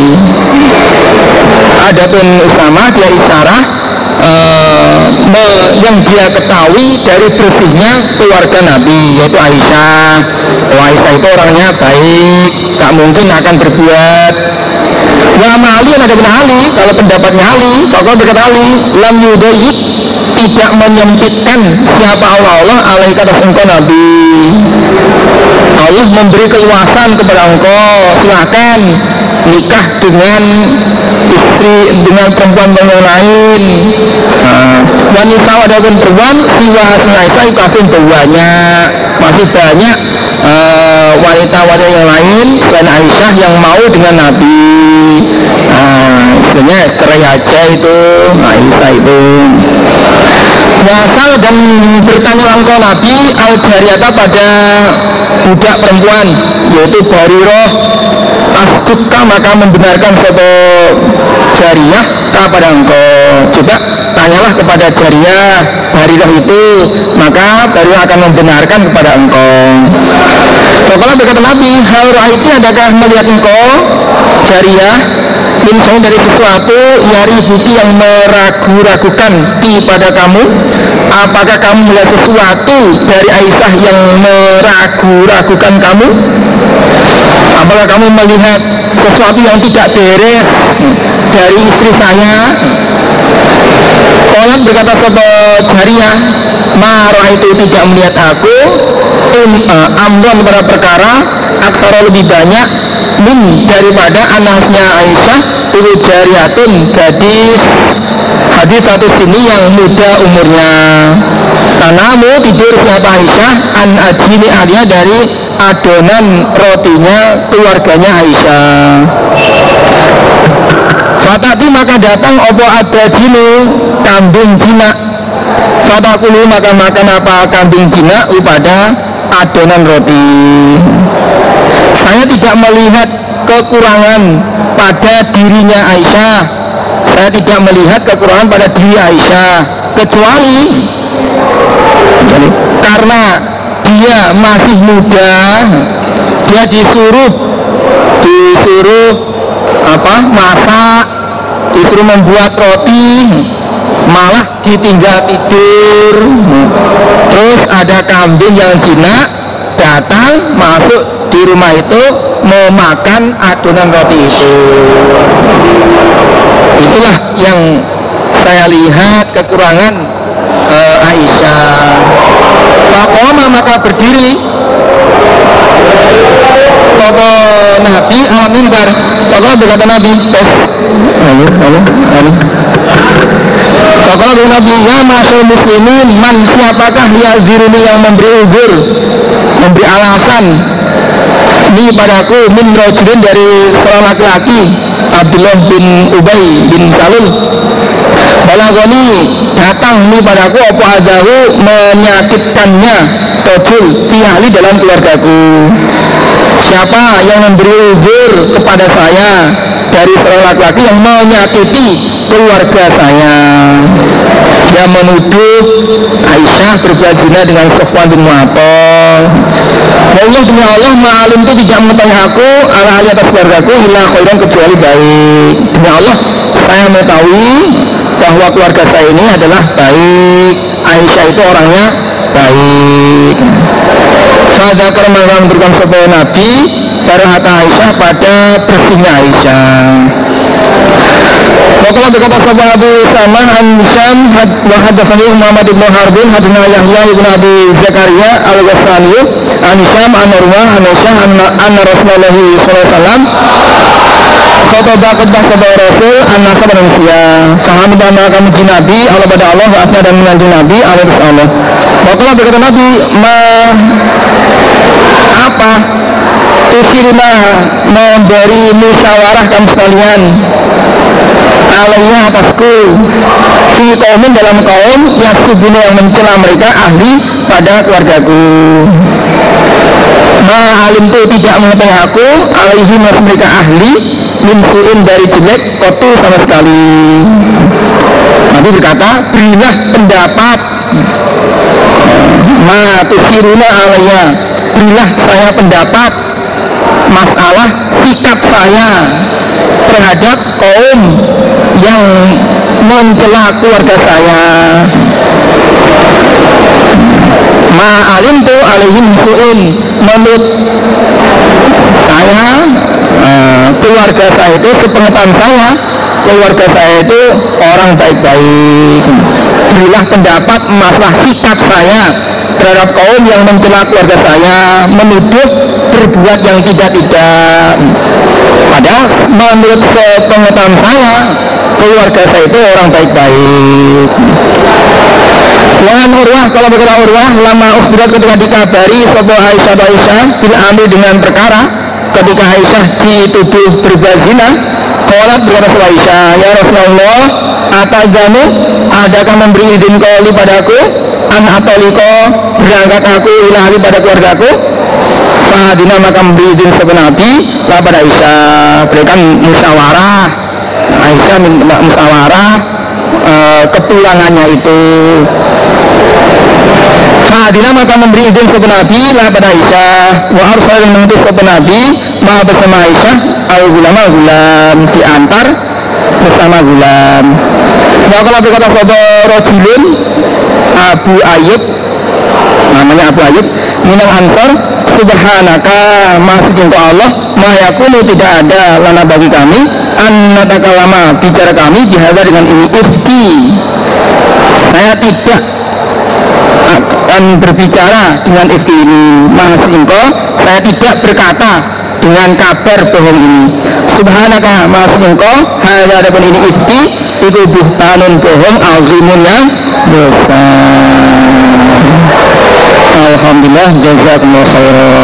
Adapun Usamah dia isyarat uh, me, yang dia ketahui dari bersihnya keluarga Nabi, yaitu Aisyah. Oh, Aisyah itu orangnya baik, tak mungkin akan berbuat. Wa Ali ada benar Ali, kalau pendapatnya Ali, pokoknya berkata Ali, lam yudayyid tidak menyempitkan siapa Allah Allah alaihi atas engkau Nabi. Allah memberi keluasan kepada engkau, silahkan nikah dengan istri dengan perempuan yang lain. Nah, wanita adapun perempuan siwa hasil Aisyah kasih banyak, masih banyak uh, wanita-wanita yang lain selain Aisyah yang mau dengan Nabi. Nah, istilahnya cerai aja itu Aisyah itu. Wasal dan bertanya engkau Nabi al-jariyata pada budak perempuan yaitu Bariroh tasdukka maka membenarkan suatu jariyah kepada engkau. Coba tanyalah kepada jariyah Bariroh itu, maka Bariroh akan membenarkan kepada engkau. Kalau berkata Nabi, hal raiti adakah melihat engkau jariyah misalnya dari sesuatu yari bukti yang meragu-ragukan di pada kamu? Apakah kamu melihat sesuatu dari Aisyah yang meragu-ragukan kamu? Apakah kamu melihat sesuatu yang tidak beres dari istri saya? Kolat berkata sobat jariyah, marah itu tidak melihat aku um, uh, amron pada perkara aksara lebih banyak min daripada anaknya Aisyah itu jariyatun gadis hadis satu sini yang muda umurnya. Tanamu tidur siapa Aisyah an ajini alia dari adonan rotinya keluarganya Aisyah. Fatati maka datang opo ada jinu kambing jinak. Fatakulu maka makan apa kambing jinak pada adonan roti. Saya tidak melihat kekurangan pada dirinya Aisyah. Saya tidak melihat kekurangan pada diri Aisyah kecuali karena dia masih muda, dia disuruh disuruh apa masak, disuruh membuat roti, malah ditinggal tidur. Terus ada kambing yang jinak datang masuk di rumah itu mau makan adonan roti itu. Itulah yang saya lihat kekurangan uh, Aisyah. Faqoma maka berdiri Sopo Nabi ala mimbar. Faqala berkata Nabi, tes halo halo halo Faqala berkata Nabi, ya masyarakat muslimin, man siapakah ya ziruni yang memberi uzur, memberi alasan ini padaku min rajulin dari seorang laki-laki Abdullah bin Ubay bin Salul. Balagoni datang ini padaku apa adahu menyakitkannya rajul fi ahli dalam keluargaku. Siapa yang memberi uzur kepada saya dari seorang laki-laki yang menyakiti keluarga saya? Dia menuduh Aisyah berbuat zina dengan Sofwan bin Mu'attal. Allah demi Allah ma'alim itu tidak mengetahui aku ala ahli atas keluargaku illa khairan kecuali baik. Demi Allah saya mengetahui bahwa keluarga saya ini adalah baik. Aisyah itu orangnya baik. Saya akan menganturkan sebuah Nabi barahata Aisyah pada bersihnya Aisyah. Wakala berkata sahabat Abu Sama an Syam wa hadatsani Muhammad bin Harbin hadana Yahya bin Abi Zakaria al-Ghasani an Syam an Urwah an Aisyah anna Rasulullah sallallahu alaihi wasallam khotbah khotbah sabda Rasul an-nasa manusia. Faham bahwa kamu Nabi Allah pada Allah wa asna dan menanti Nabi alaihi Allah. Wakala berkata Nabi ma apa tusiruna memberi musyawarah kamu sekalian alaiya atasku fi kaumin dalam kaum yasubuna yang mencela mereka ahli pada keluargaku. Ma alim tu tidak mengetahui aku alaihi mas mereka ahli min su'in dari jelek kotu sama sekali. Nabi berkata berilah pendapat ma tusiruna alaiya, berilah saya pendapat masalah sikap saya terhadap kaum yang mencela keluarga saya. Ma'alim tu alaihim su'in, menurut saya uh, keluarga saya itu, sepengetahuan saya keluarga saya itu orang baik-baik. Berilah pendapat masalah sikap saya terhadap kaum yang mencela keluarga saya, menuduh berbuat yang tidak-tidak. Padahal menurut sepengetahuan saya keluarga saya itu orang baik-baik. Wangan Urwah, kalau berkata Urwah lama ukhbirat ketika dikabari sebuah Aisyah Aisyah bila ambil dengan perkara ketika Aisyah dituduh berbuat zina, qalat berkata sebuah Aisyah, ya Rasulullah atazanu, adakah memberi izin kau padaku an ataliko berangkat aku ilahi pada keluargaku. Fahadina maka memberi izin sebuah Nabi lah pada Aisyah, berikan musyawarah. Aisyah minta musyawarah e, kepulangannya itu. Fahadina maka memberi izin sebuah Nabi lah pada Aisyah. Wa arsal mengutus sebuah Nabi ma bersama Aisyah al-gulama gulam diantar bersama gulam. Nah kalau berkata saudara rojulun Abu Ayyub, namanya Abu Ayyub minal Ansar, subhanaka maha suci engkau Allah, ma yakunu tidak ada lana bagi kami an natakalama bicara kami bihadza dengan ini ifki, saya tidak akan berbicara dengan ifki ini, maha suci engkau, saya tidak berkata dengan kabar bohong ini. Subhanaka maha suci engkau, hadza adapun ini ifki itu buhtanun bohong azimun yang besar. Alhamdulillah, jazakumullah khairan.